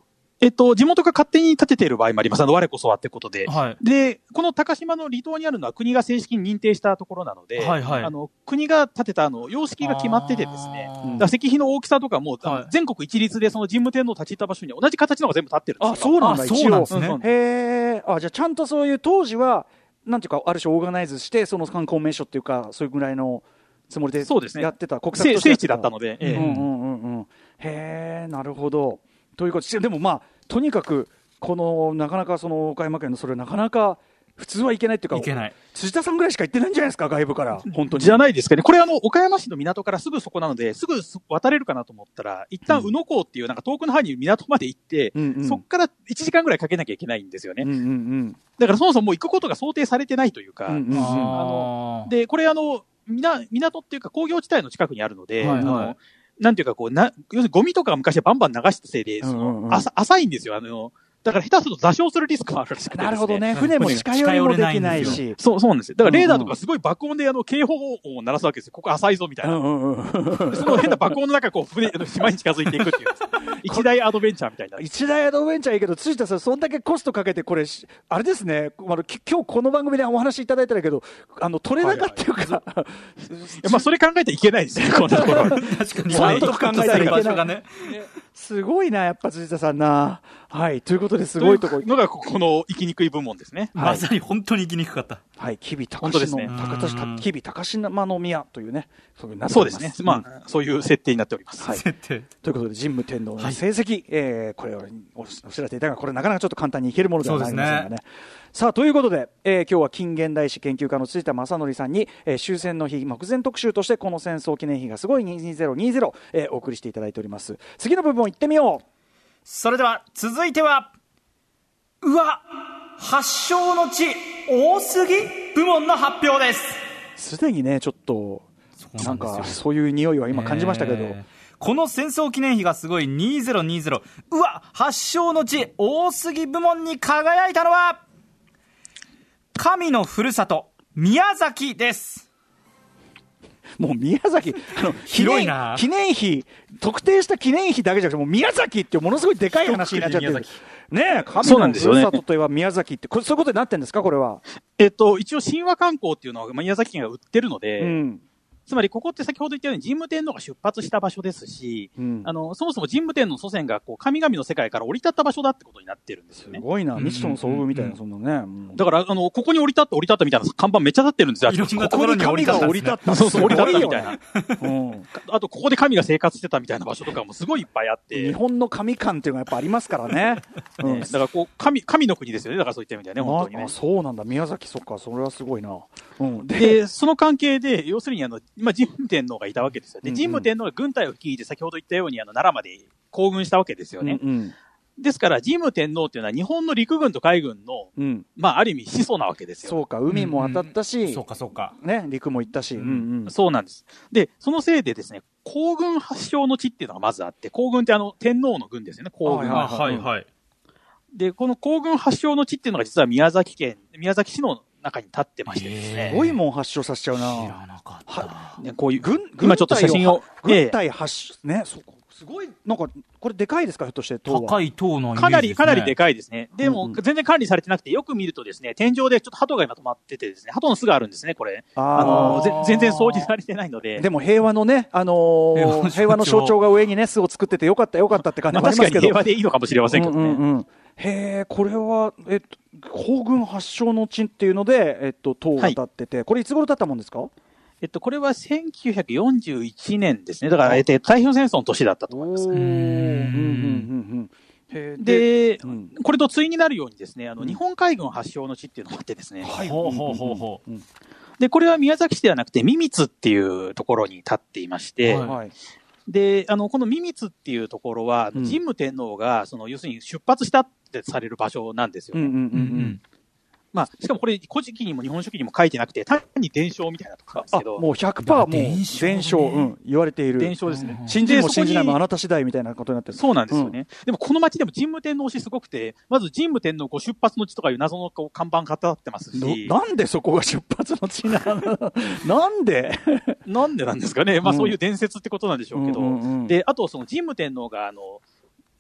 地元が勝手に建てている場合もあります。我こそはってことで。 はい。 で、この高島の離島にあるのは国が正式に認定したところなので、 はいはい、 国が建てた様式が決まっててですね、だから石碑の大きさとかも、はい、全国一律でその神武天皇立ち入った場所に同じ形のが全部立ってるんですよ。 そうなんだ、 そうなんですね。 へー。じゃあちゃんとそういう当時は、なんていうか、ある種オーガナイズして、その観光名所っていうか、そういうぐらいのつもりでやってた、 国策として聖地だったので。 へー、なるほど。ということで、でもまあ、とにかく、なかなかその岡山県のそれなかなか普通はいけないっていうか、 いけない。 辻田さんぐらいしか行ってないんじゃないですか、外部から。本当に。 じゃないですかね。これ岡山市の港からすぐそこなので、すぐ渡れるかなと思ったら、一旦宇野港っていうなんか遠くの範囲に港まで行って、そこから1時間ぐらいかけなきゃいけないんですよね。だからそもそももう行くことが想定されてないというか、で、これ港っていうか工業地帯の近くにあるので、なんていうか要するにゴミとか昔はバンバン流したせいで、浅いんですよ。だから下手すると座礁するリスクもあるらしくて、ね。 なるほどね。船も近寄りもできないし。 そうなんですよ。だからレーダーとかすごい爆音で警報音を鳴らすわけですよ。ここ浅いぞみたいな。その変な爆音の中島に近づいていくっていう。一大アドベンチャーみたいな。 一大アドベンチャーいいけど、辻田さん、そんだけコストかけて、これ、あれですね、今日この番組でお話いただいたんだけど、取れ高っていうか、 まあ、それ考えたらいけないですね、こんなところ。 確かに。 そういうとこ考えたらいけない。 ね、 すごいな、やっぱ辻田さんな。はい、ということですごいところ。 のが、この生きにくい部門ですね。 まさに本当に生きにくかった。 はい、吉備高島の宮というね、 そうですね。まあ、そういう設定になっております。 はい。ということで、神武天皇の成績、これをお知らせいただいたが、これなかなかちょっと簡単にいけるものではないんですがね。さあ、ということで、今日は近現代史研究家の辻田正則さんに、終戦の日目前特集として、この戦争記念碑がすごい2020、お送りしていただいております。次の部分を行ってみよう。 それでは、続いては、発祥の地大杉部門の発表です。 すでにね、ちょっと、なんか、そういう匂いは今感じましたけど、 この戦争記念碑がすごい2020、発祥の地大杉部門に輝いたのは、神のふるさと宮崎です。 もう宮崎広いな。 記念碑特定した記念碑だけじゃなくてもう宮崎っていうものすごいでかい話になっちゃってるね。神のふるさとといえば宮崎ってそういうことになってるんですか、これは。 一応神話観光っていうのは宮崎県が売ってるので、つまりここって先ほど言ったように神武天皇が出発した場所ですし、そもそも神武天皇の祖先が神々の世界から降り立った場所だってことになってるんですよね。 すごいな、未知との遭遇みたいな、そんなね。 だからここに降り立ったみたいな看板めっちゃ立ってるんですよ。 いろんなところに降り立った。 降り立った。そう降り立ったみたいな。あとここで神が生活してたみたいな場所とかもすごいいっぱいあって。 日本の神感っていうのがやっぱありますからね。 だから神の国ですよね。だからそういった意味ではね、本当にね。 そうなんだ、宮崎、そっか、それはすごいな。 で、その関係で要するに神武天皇がいたわけですよ。で、神武天皇が軍隊を率いて先ほど言ったように奈良まで行軍したわけですよね。ですから神武天皇っていうのは日本の陸軍と海軍の、ある意味始祖なわけですよ。 そうか、海も当たったし、 そうか、 ね、陸も行ったし、 そうなんです。で、そのせいでですね、皇軍発祥の地っていうのがまずあって、皇軍って天皇の軍ですよね、皇軍。で、この皇軍発祥の地っていうのが実は宮崎市の中に立ってましてですね。 すごいもん発祥させちゃうな。 知らなかった。 こういう今ちょっと写真を。 軍隊発祥、ね、そうか。すごい、なんか、これでかいですか、ひょっとして塔は。 高い塔のイメージですね。 かなりでかいですね。でも、全然管理されてなくて、よく見るとですね、天井でちょっと鳩が今止まっててですね、鳩の巣があるんですね、これ。全然掃除されてないので。 でも平和のね、平和の象徴が上にね、巣を作っててよかったって感じもありますけど。 確かに平和でいいのかもしれませんけどね。 へえ、これは、皇軍発祥の地っていうので、塔が建ってて、これいつ頃建ったもんですか？ これは1941年ですね。だから、太平洋戦争の年だったと思います。で、これと対になるようにですね、日本海軍発祥の地っていうのがあってですね。で、これは宮崎市ではなくて、三光っていうところに立っていまして、で、この三光っていうところは、神武天皇が、要するに出発したってされる場所なんですよね。しかもこれ、古事記にも日本書紀にも書いてなくて、単に伝承みたいなところなんですけど。 もう 100% もう伝承、言われている。 伝承ですね。 信じるも信じないもあなた次第みたいなことになってる。 そうなんですよね。でもこの町でも神武天皇推しすごくて、まず神武天皇ご出発の地とかいう謎の看板が立ってますし。 なんでそこが出発の地なの？なんでなんですかね。そういう伝説ってことなんでしょうけど。で、あと神武天皇が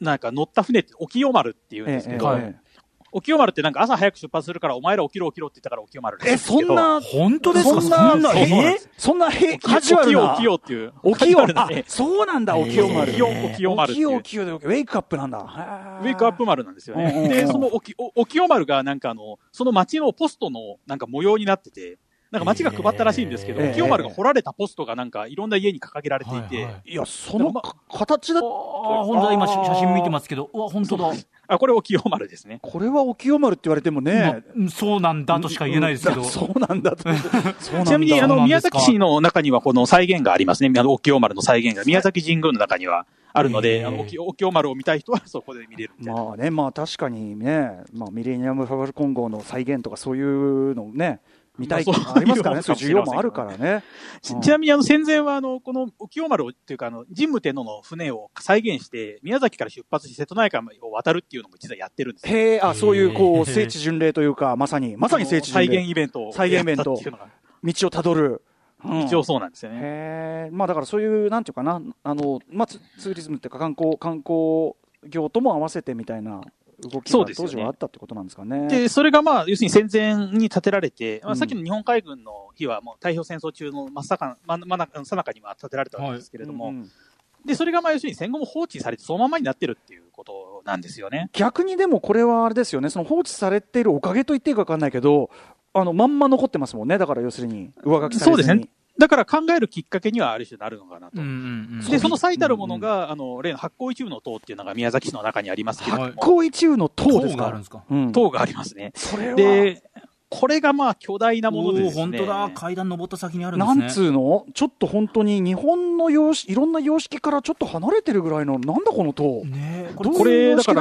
なんか乗った船って沖代丸っていうんですけど、沖代丸ってなんか朝早く出発するからお前ら起きろ起きろって言ったから沖代丸なんですけど。 そんな、 本当ですか？ そんなカジュアルな。 起きよっていう。 起きよ、そうなんだ、沖代丸。 沖代丸っていう。 沖代でウェイクアップなんだ。 ウェイクアップ丸なんですよね。で、その沖代丸がなんかその町のポストのなんか模様になってて、なんか町が配ったらしいんですけど、沖代丸が掘られたポストがなんかいろんな家に掲げられていて。 いや、その形だと。 本当だ、今写真見てますけど、うわ、本当だ。 これ沖代丸ですね。 これは沖代丸って言われてもね。 そうなんだとしか言えないですけど。 そうなんだと。 ちなみに、宮崎市の中にはこの再現がありますね。沖代丸の再現が宮崎神宮の中にはあるので、沖代丸を見たい人はそこで見れるみたいな。 まあね、まあ確かにね、まあミレニアム・ファルコン号の再現とかそういうのね、見たいありますからね、そういう需要もあるからね。 ちなみに戦前はこの沖代丸っていうか神武天皇の船を再現して宮崎から出発して瀬戸内海を渡るっていうのも実はやってるんですよ。 へえ、そういうこう聖地巡礼というかまさに聖地巡礼再現イベントを再現イベント道をたどる。 一応そうなんですよね。 へえ、まあだからそういうなんていうかなまあツーリズムっていうか観光業とも合わせてみたいな。動きが当時はあったってことなんですかね。 で、それがまあ、要するに戦前に建てられて、さっきの日本海軍の日はもう太平洋戦争中のさなかには建てられたわけですけれども、で、それがまあ、要するに戦後も放置されてそのままになってるっていうことなんですよね。 逆にでもこれはあれですよね、その放置されているおかげと言っていいか分かんないけど、まんま残ってますもんね。だから要するに上書きされずに。そうですね。 だから考えるきっかけにはある種なるのかなと。で、その最たるものが、例の発酵一宇の塔っていうのが宮崎市の中にありますけれども。 発酵一宇の塔ですか？ 塔がありますね。 それは。 で、これがまあ巨大なものですね。 本当だ、階段登った先にあるんですね。 なんつうの？ちょっと本当に日本のいろんな様式からちょっと離れてるぐらいの、なんだこの塔。 ね、これだから、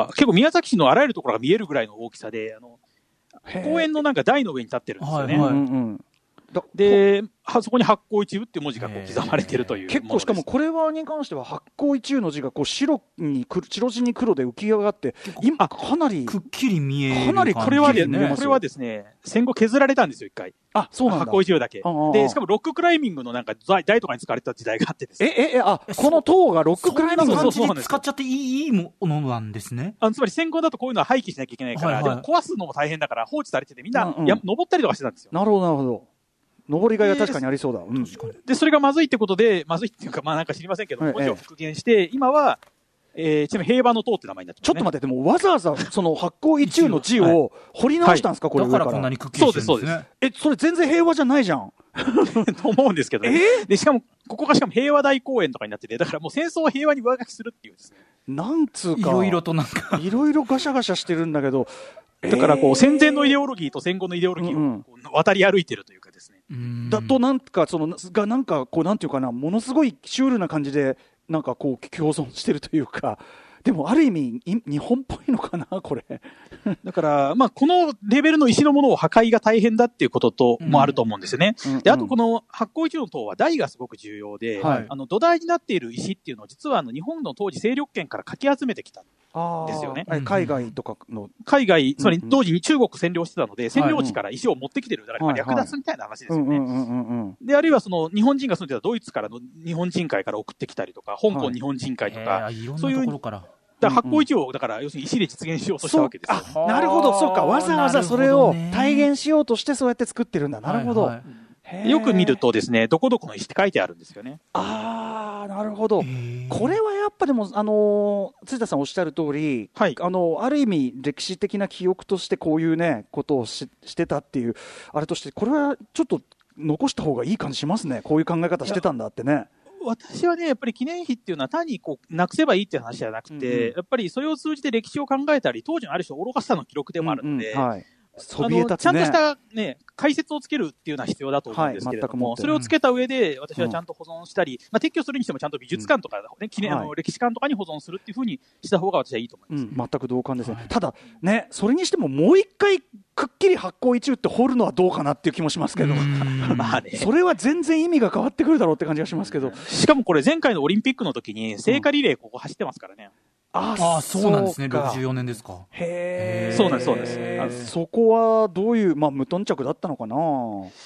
結構宮崎市のあらゆるところが見えるぐらいの大きさで、公園のなんか台の上に立ってるんですよね。で、そこに発酵一宇っていう文字がこう刻まれてるという。 結構しかもこれに関しては発酵一宇の字がこう白地に黒で浮き上がって、今かなりくっきり見える。 かなりこれはですね、戦後削られたんですよ、一回。 そうなんだ。 発酵一宇だけ。で、しかもロッククライミングのなんか台とかに使われた時代があってですね。この塔がロッククライミングの感じで使っちゃっていいものなんですね。 つまり戦後だとこういうのは廃棄しなきゃいけないから、でも壊すのも大変だから放置されててみんな登ったりとかしてたんですよ。 なるほど、なるほど。登りがいは確かにありそうだ。 で、それがまずいってことで、まずいっていうか、まあなんか知りませんけど、文字を復元して、今は、ちなみに平和の塔って名前になってます。 ちょっと待って、でもわざわざその発酵一宇の字を掘り直したんですか、これだからこんなにくっきりしてるんですね。 そうです。 それ全然平和じゃないじゃん。 と思うんですけどね。で、しかも、ここがしかも平和大公園とかになってて、だからもう戦争は平和に上書きするっていうですね。 なんつうか。 いろいろとなんか。 いろいろガシャガシャしてるんだけど。 だからこう戦前のイデオロギーと戦後のイデオロギーを渡り歩いてるというかですね。 だとなんかなんかこうなんていうかな、ものすごいシュールな感じでなんかこう共存してるというか、でもある意味日本っぽいのかなこれ。 だからまあこのレベルの石のものを破壊が大変だっていうことともあると思うんですよね。であとこの発酵一宇の塔は台がすごく重要で、土台になっている石っていうのは実は日本の当時勢力圏からかき集めてきた。ですよね。 海外とかの。 海外、つまり当時に中国占領してたので、占領地から石を持ってきてる。だから略奪みたいな話ですよね。で、あるいはその日本人が住んでたドイツからの日本人会から送ってきたりとか、香港日本人会とか、そういう。発酵一宇を、だから要するに石で実現しようとしたわけですよ。 なるほど、そうか。わざわざそれを体現しようとしてそうやって作ってるんだ。なるほど。 よく見るとですね、どこどこの石って書いてあるんですよね。 なるほど。これはやっぱでも、辻田さんおっしゃる通り、ある意味歴史的な記憶としてこういうね、ことをしてたっていう、あれとして、これはちょっと残した方がいい感じしますね。こういう考え方してたんだってね。 私はね、やっぱり記念碑っていうのは単にこう、なくせばいいっていう話じゃなくて、やっぱりそれを通じて歴史を考えたり、当時のある種愚かさの記録でもあるので、ちゃんとしたね、解説をつけるっていうのは必要だと思うんですけれども、それをつけた上で、私はちゃんと保存したり、撤去するにしてもちゃんと美術館とか、歴史館とかに保存するっていうふうにした方が私はいいと思います。 全く同感ですね。ただ、ね、それにしてももう一回、くっきり発酵一宇って掘るのはどうかなっていう気もしますけど、それは全然意味が変わってくるだろうって感じがしますけど。 しかもこれ前回のオリンピックの時に聖火リレーここ走ってますからね。 そうなんですね。64年ですか。 そうなんです。 そこはどういう、無頓着だったのかな。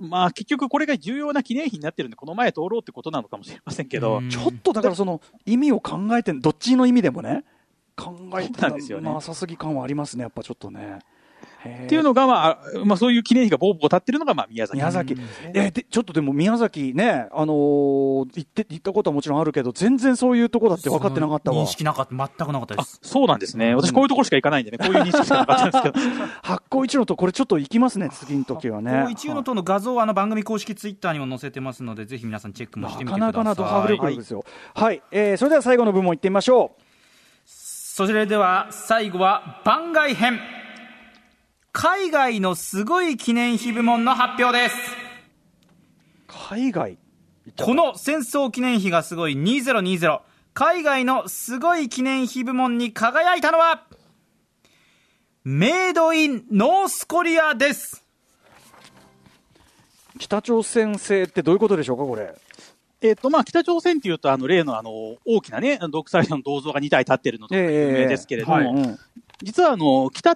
まあ結局これが重要な記念碑になってるんで、この前通ろうってことなのかもしれませんけど。 ちょっとだからその意味を考えて、どっちの意味でもね、考えてたんですよね。 なさすぎ感はありますね、やっぱちょっとね。 っていうのが、まあそういう記念碑がボーボー立ってるのが、まあ宮崎。 宮崎。で、ちょっとでも宮崎ね、行ったことはもちろんあるけど、全然そういうとこだって分かってなかったわ。 認識なかった、全くなかったです。 そうなんですね。私こういうところしか行かないんでね、こういう認識しかなかったんですけど。 八甲一の塔、これちょっと行きますね、次の時はね。 八甲一の塔の画像は番組公式ツイッターにも載せてますので、ぜひ皆さんチェックもしてみてください。 なかなかなドハーブ力ですよ。はい。それでは最後の部門行ってみましょう。 それでは最後は番外編。海外のすごい記念碑部門の発表です。 海外、 この戦争記念碑がすごい2020、海外のすごい記念碑部門に輝いたのはメイドインノースコリアです。 北朝鮮製ってどういうことでしょうか、これ。 まあ、北朝鮮っていうと、例の大きなね、独裁者の銅像が2体立ってるのとか有名ですけれども、実は北って、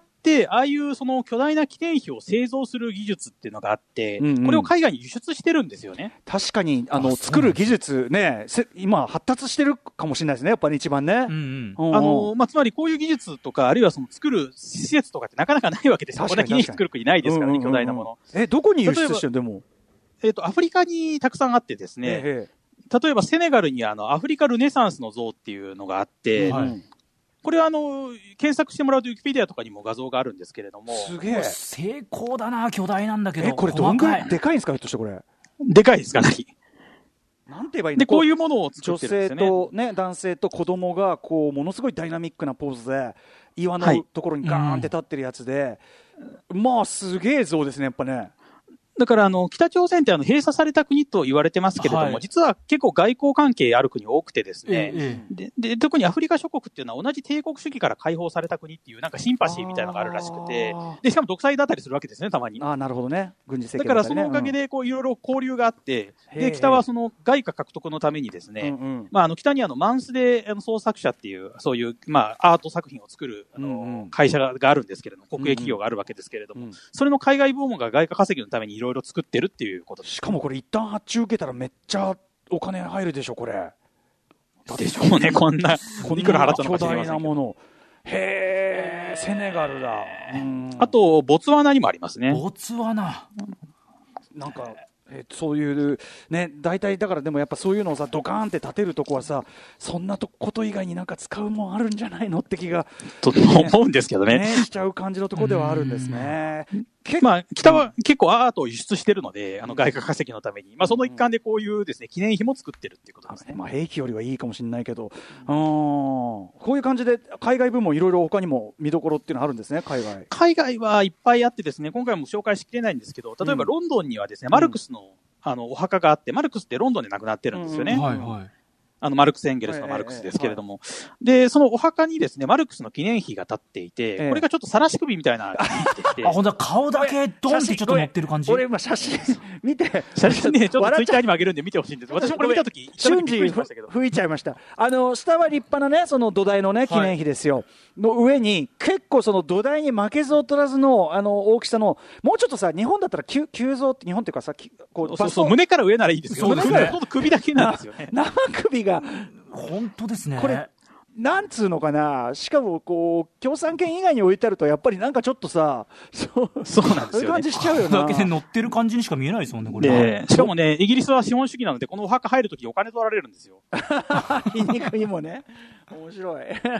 ああいうその巨大な記念碑を製造する技術っていうのがあって、これを海外に輸出してるんですよね。 確かに、作る技術ね、今発達してるかもしれないですね、やっぱり一番ね。 まあ、つまりこういう技術とか、あるいはその作る施設とかってなかなかないわけですよ。こんな記念碑作る国ないですからね、巨大なもの。 どこに輸出してるでも。 アフリカにたくさんあってですね、例えばセネガルにアフリカルネサンスの像っていうのがあって、これは検索してもらうとウィキペディアとかにも画像があるんですけれども。 すげえ。 成功だな、巨大なんだけど。 これどんぐらいでかいんですか、ひょっとしてこれ。 でかいですかなり。 なんて言えばいいの。 で、こういうものを作ってるんですよね。 女性とね、男性と子供がこうものすごいダイナミックなポーズで岩のところにガーンって立ってるやつで、まあすげえ像ですね、やっぱね。 だから北朝鮮って閉鎖された国と言われてますけれども、実は結構外交関係ある国多くてですね、で特にアフリカ諸国っていうのは同じ帝国主義から解放された国っていうなんかシンパシーみたいなのがあるらしくて、でしかも独裁だったりするわけですね、たまに。 なるほどね。軍事政権だからそのおかげでいろいろ交流があって、で北はその外貨獲得のためにですね、まあ北にマンスで創作者っていうそういうまあアート作品を作る会社があるんですけれども、国営企業があるわけですけれども、それの海外部門が外貨稼ぎのためにいろいろ作ってるっていうことです。 しかもこれ一旦発注受けたらめっちゃお金入るでしょ、これ。 でしょうね、こんな、いくら払ったのか知りませんけど。 巨大なもの。へー、セネガルだ。 あと、ボツワナにもありますね。 ボツワナ。 なんか、そういうね、大体だからでもやっぱそういうのをさドカーンって立てるとこはさ、そんなこと以外になんか使うもんあるんじゃないのって気がと思うんですけどねしちゃう感じのところではあるんですね。 まあ北は結構アートを輸出してるので、外貨稼ぎのために、まあその一環でこういうですね記念碑も作ってるっていうことですね。 まあ兵器よりはいいかもしれないけど、こういう感じで海外部門いろいろ他にも見どころっていうのあるんですね。海外はいっぱいあってですね、今回も紹介しきれないんですけど、例えばロンドンにはですね、マルクスのお墓があって、マルクスってロンドンで亡くなってるんですよね。マルクス・エンゲルスのマルクスですけれども、で、そのお墓にですね、マルクスの記念碑が立っていて、これがちょっと晒し首みたいな記念碑でして。 ほんと顔だけドンってちょっと乗ってる感じ。 俺今写真見て。 写真ね、ちょっとツイッターにも上げるんで見てほしいんです。私もこれ見たとき、 瞬時吹いちゃいました。下は立派なね、その土台のね、記念碑ですよ。の上に、結構その土台に負けず劣らずの、大きさの、もうちょっとさ、日本だったら急増って、日本っていうかさ、こう、そう、胸から上ならいいですけど、首だけなんですよね。 生首が、 本当ですね。 これなんつうのかな、しかもこう共産圏以外に置いてあるとやっぱりなんかちょっとさ、 そうなんですよね。 そういう感じしちゃうよな。 だけで乗ってる感じにしか見えないですもんね、これ。 しかもね、イギリスは資本主義なので、このお墓入るときお金取られるんですよ。 皮肉にもね。面白い。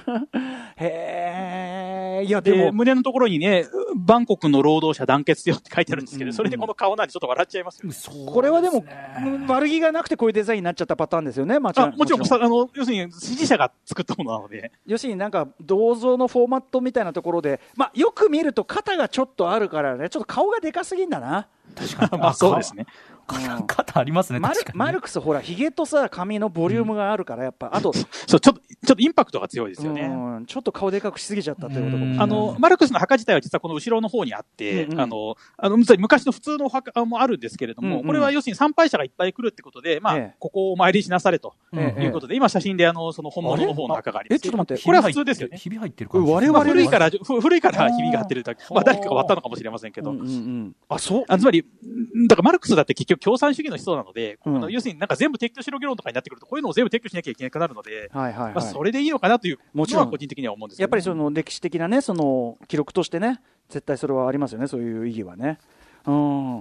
へー。いや、でも。 胸のところにね、バンコクの労働者団結せよって書いてあるんですけど、それでこの顔なんでちょっと笑っちゃいますよね。 これはでも、悪気がなくてこういうデザインになっちゃったパターンですよね、もちろん。 要するに支持者が作ったものなので。 要するになんか銅像のフォーマットみたいなところで、まあよく見ると肩がちょっとあるからね、ちょっと顔がでかすぎんだな。 確かに。まあそうですね。 肩ありますね、確かに。 マルクス、ほら、ひげとさ、髪のボリュームがあるから、やっぱ、あと、 そう、ちょっとインパクトが強いですよね。 ちょっと顔でかくしすぎちゃったということかもしれない。 マルクスの墓自体は実はこの後ろの方にあって、昔の普通のお墓もあるんですけれども、これは要するに参拝者がいっぱい来るってことで、ここをお参りしなされということで、今写真でその本物の方の墓があります。 ちょっと待って、 これは普通ですよね。 ひび入ってる感じ。 我々 古いからひびが入ってるだけ。誰かが割ったのかもしれませんけど。 そう。 つまり、だからマルクスだって結局共産主義の人なので、要するになんか全部撤去しろ議論とかになってくると、こういうのを全部撤去しなきゃいけなくなるので、それでいいのかなというのは個人的には思うんですけど。 やっぱりその歴史的なね、その記録としてね、絶対それはありますよね、そういう意義はね。はい、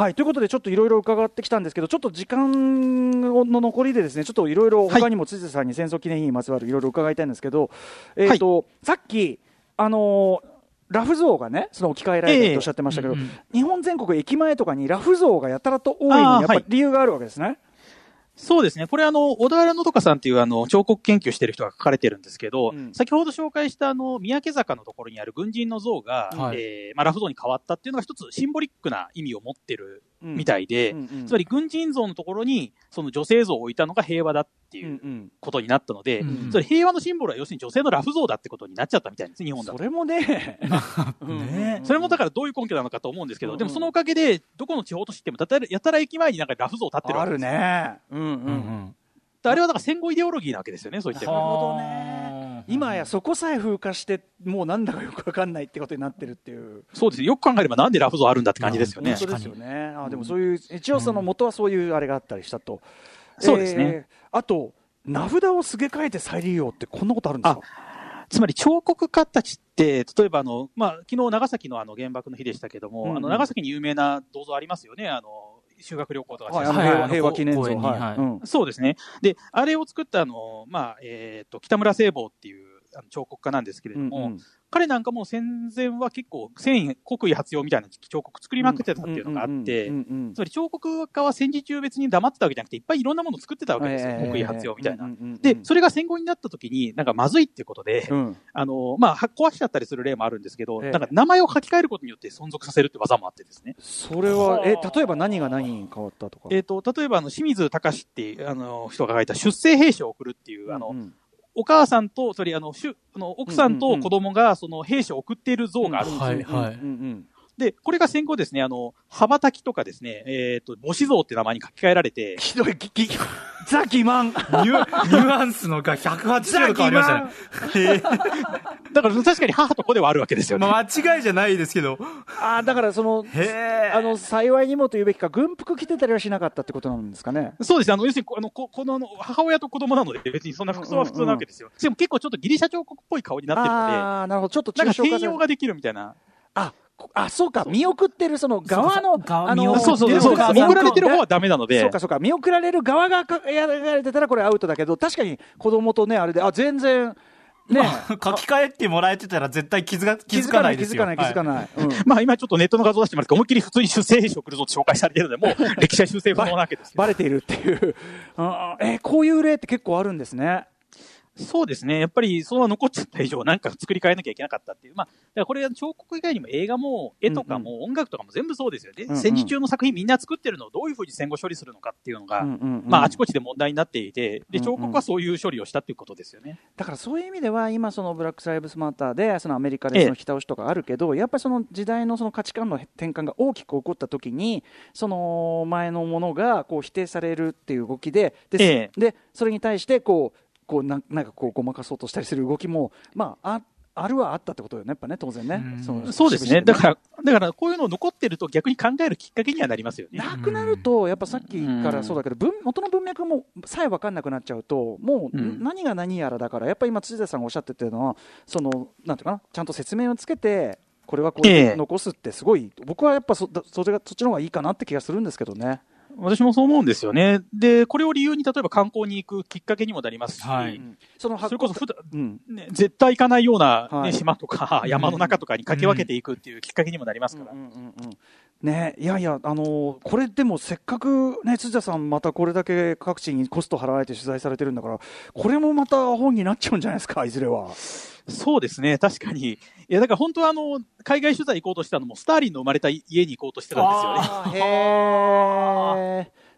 ということでちょっといろいろ伺ってきたんですけど、ちょっと時間の残りでですね、ちょっといろいろ他にも辻さんに戦争記念碑にまつわるいろいろ伺いたいんですけど、さっきラフ像がね、その置き換えられてるとおっしゃってましたけど、日本全国駅前とかにラフ像がやたらと多いにやっぱり理由があるわけですね。 そうですね。これ小田原のどかさんっていう彫刻研究してる人が書かれてるんですけど、先ほど紹介した三宅坂のところにある軍人の像が、ラフ像に変わったっていうのが一つシンボリックな意味を持ってるみたいで、つまり軍人像のところにその女性像を置いたのが平和だっていうことになったので、それ平和のシンボルは要するに女性のラフ像だってことになっちゃったみたいです、日本だと。 それもね、 それもだからどういう根拠なのかと思うんですけど、でもそのおかげでどこの地方都市ってもやたら駅前になんかラフ像立ってるわけですよ。 あるね。 あれはだから戦後イデオロギーなわけですよね、そういった。 なるほどね。今やそこさえ風化してもうなんだかよく分かんないってことになってるっていう。 そうですね。よく考えればなんでラフ像あるんだって感じですよね。 そうですよね。でもそういう一応その元はそういうあれがあったりしたと。 そうですね。 あと名札をすげ替えて再利用ってこんなことあるんですか？ つまり彫刻家たちって、例えば昨日長崎の原爆の日でしたけども、長崎に有名な銅像ありますよね。修学旅行とか、 平和記念像に、そうですね。で、あれを作った北村聖望っていう彫刻家なんですけれども、彼なんかも戦前は結構戦意国威発揚みたいな彫刻作りまくってたっていうのがあって、つまり彫刻家は戦時中別に黙ってたわけじゃなくていっぱいいろんなものを作ってたわけですよ、国威発揚みたいな。で、それが戦後になった時になんかまずいっていうことで、壊しちゃったりする例もあるんですけど、なんか名前を書き換えることによって存続させるって技もあってですね。 それは、例えば何が何に変わったとか。 例えば清水隆っていう人が書いた出征兵士を送るっていうお母さんと、奥さんと子供がその兵士を送っている像があるんですよ。で、これが戦後ですね、羽ばたきとかですね、母子像って名前に書き換えられて。 ひどい、ザ・欺瞞ニュアンスのが180度変わりましたね。 だから確かに母と子ではあるわけですよね。 間違いじゃないですけど。 だから幸いにもというべきか、軍服着てたりはしなかったってことなんですかね。 そうですね。要するに、この母親と子供なので、別にそんな服装は普通なわけですよ。でも結構ちょっとギリシャ彫刻っぽい顔になってるので、 なるほど、ちょっとなんか転用ができるみたいな。 そうか、見送ってるその側の、 そう、見送られてる方はダメなので。 そうか、見送られる側がやられてたらこれアウトだけど、確かに子供とね、あれで、全然、ね、 書き換えてもらえてたら絶対気づかないですよ。 気づかない。 今ちょっとネットの画像出してますけど、思いっきり普通に出征兵士を送るぞって紹介されてるので、もう歴史は修正不能なわけです。 バレているっていう。こういう例って結構あるんですね。 そうですね。やっぱり、そのまま残っちゃった以上、なんか作り変えなきゃいけなかったっていう。だからこれは彫刻以外にも映画も絵とかも音楽とかも全部そうですよね。戦時中の作品みんな作ってるのをどういうふうに戦後処理するのかっていうのが、あちこちで問題になっていて、で、彫刻はそういう処理をしたっていうことですよね。 だからそういう意味では、今そのブラック・ライブズ・マターで、そのアメリカでその引き倒しとかあるけど、やっぱりその時代のその価値観の転換が大きく起こった時に、その前のものがこう否定されるっていう動きで、それに対してなんかごまかそうとしたりする動きも、あるはあったってことよね、やっぱね、当然ね。 そうですね。だからこういうの残ってると逆に考えるきっかけにはなりますよね。 なくなると、やっぱさっきからそうだけど、元の文脈もさえ分かんなくなっちゃうと、もう何が何やらだから、やっぱり今、辻田さんがおっしゃってたのは、なんていうかな、ちゃんと説明をつけて、これはこういう残すってすごい、僕はやっぱそっちの方がいいかなって気がするんですけどね。 私もそう思うんですよね。で、これを理由に例えば観光に行くきっかけにもなりますし、それこそ普段、絶対行かないような、島とか山の中とかにかけ分けていくっていうきっかけにもなりますから。 ね、いやいや、これでもせっかくね、辻田さんまたこれだけ各地にコスト払われて取材されてるんだから、これもまた本になっちゃうんじゃないですか、いずれは。 そうですね、確かに。いや、だから本当は海外取材行こうとしたのも、スターリンの生まれた家に行こうとしてたんですよね。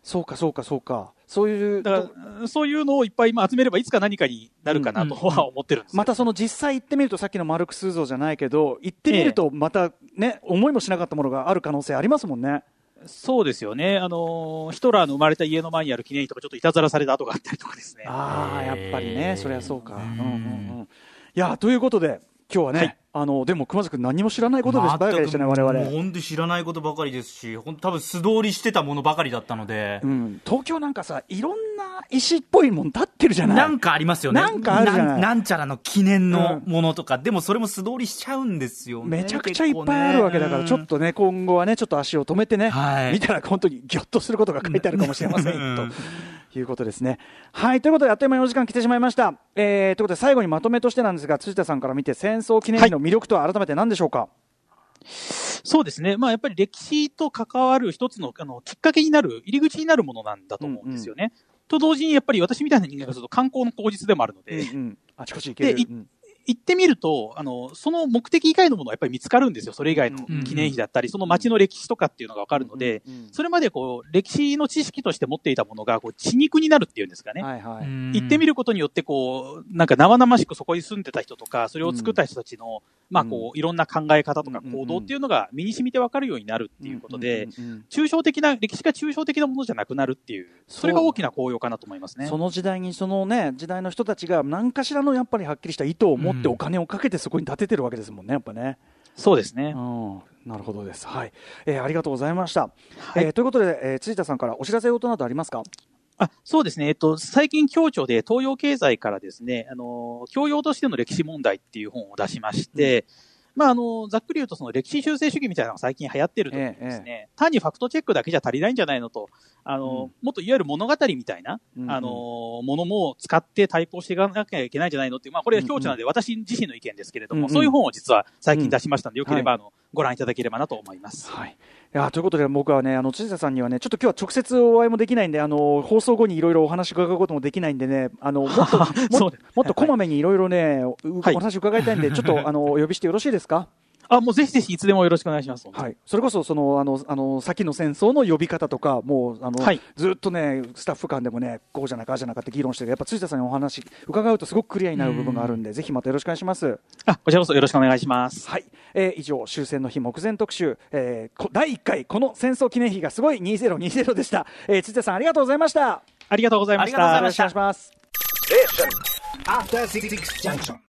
そうかそうかそうか、そういうだからそういうのをいっぱい集めればいつか何かになるかなとは思ってるんです、 またその実際行ってみると、さっきのマルクス像じゃないけど、行ってみるとまたね、思いもしなかったものがある可能性ありますもんね。 そうですよね。ヒトラーの生まれた家の前にある記念碑とかちょっといたずらされた跡があったりとかですね。 やっぱりね、そりゃそうか。いや、ということで今日はね、でも熊崎君何も知らないことばかりでしたね、我々。 もう本当に知らないことばかりですし、多分素通りしてたものばかりだったので、 東京なんかさ、いろんな石っぽいもん立ってるじゃない。 なんかありますよね。 なんかあるじゃない。 なんちゃらの記念のものとか、でもそれも素通りしちゃうんですよね。 めちゃくちゃいっぱいあるわけだから、ちょっとね、今後はね、ちょっと足を止めてね、見たら本当にギョッとすることが書いてあるかもしれませんということですね。はい、ということであっという間にお時間来てしまいました。ということで最後にまとめとしてなんですが、辻田さんから見て戦争記念碑の魅力とは改めて何でしょうか。 そうですね。やっぱり歴史と関わる一つの、きっかけになる、入り口になるものなんだと思うんですよね。と同時にやっぱり私みたいな人間がすると観光の口実でもあるので、 あちこち行ける。 行ってみると、その目的以外のものはやっぱり見つかるんですよ。それ以外の記念碑だったり、その街の歴史とかっていうのがわかるので、それまで歴史の知識として持っていたものが血肉になるっていうんですかね。行ってみることによって、なんか生々しくそこに住んでた人とか、それを作った人たちの、いろんな考え方とか行動っていうのが身に染みてわかるようになるっていうことで、歴史が抽象的なものじゃなくなるっていう、それが大きな効用かなと思いますね。 その時代に、そのね、時代の人たちが何かしらのやっぱりはっきりした意図を持ってお金をかけてそこに建ててるわけですもんね、やっぱね。 そうですね。 なるほどです。はい。ありがとうございました。ということで、辻田さんからお知らせ事などありますか？ そうですね。最近、共著で東洋経済からですね、教養としての歴史問題っていう本を出しまして、ざっくり言うとその歴史修正主義みたいなのが最近流行ってるとですね、単にファクトチェックだけじゃ足りないんじゃないのと、もっといわゆる物語みたいな、ものも使って対抗していかなきゃいけないんじゃないのっていう、これは共著なので私自身の意見ですけれども、そういう本を実は最近出しましたので、よければご覧いただければなと思います。 はい。いやということで僕はね、辻田さんにはね、ちょっと今日は直接お会いもできないんで、放送後にいろいろお話伺うこともできないんでね、もっとこまめにいろいろね、お話伺いたいんで、ちょっとお呼びしてよろしいですか？ もうぜひぜひいつでもよろしくお願いします。 はい。それこそ先の戦争の呼び方とか、もうずっとねスタッフ間でもね、こうじゃないかああじゃないかって議論してる。やっぱ辻田さんにお話伺うとすごくクリアになる部分があるんで、ぜひまたよろしくお願いします。 こちらこそよろしくお願いします。 はい。以上終戦の日目前特集、第1回この戦争記念碑がすごい2020でした。辻田さんありがとうございました。 ありがとうございました。 よろしくお願いします。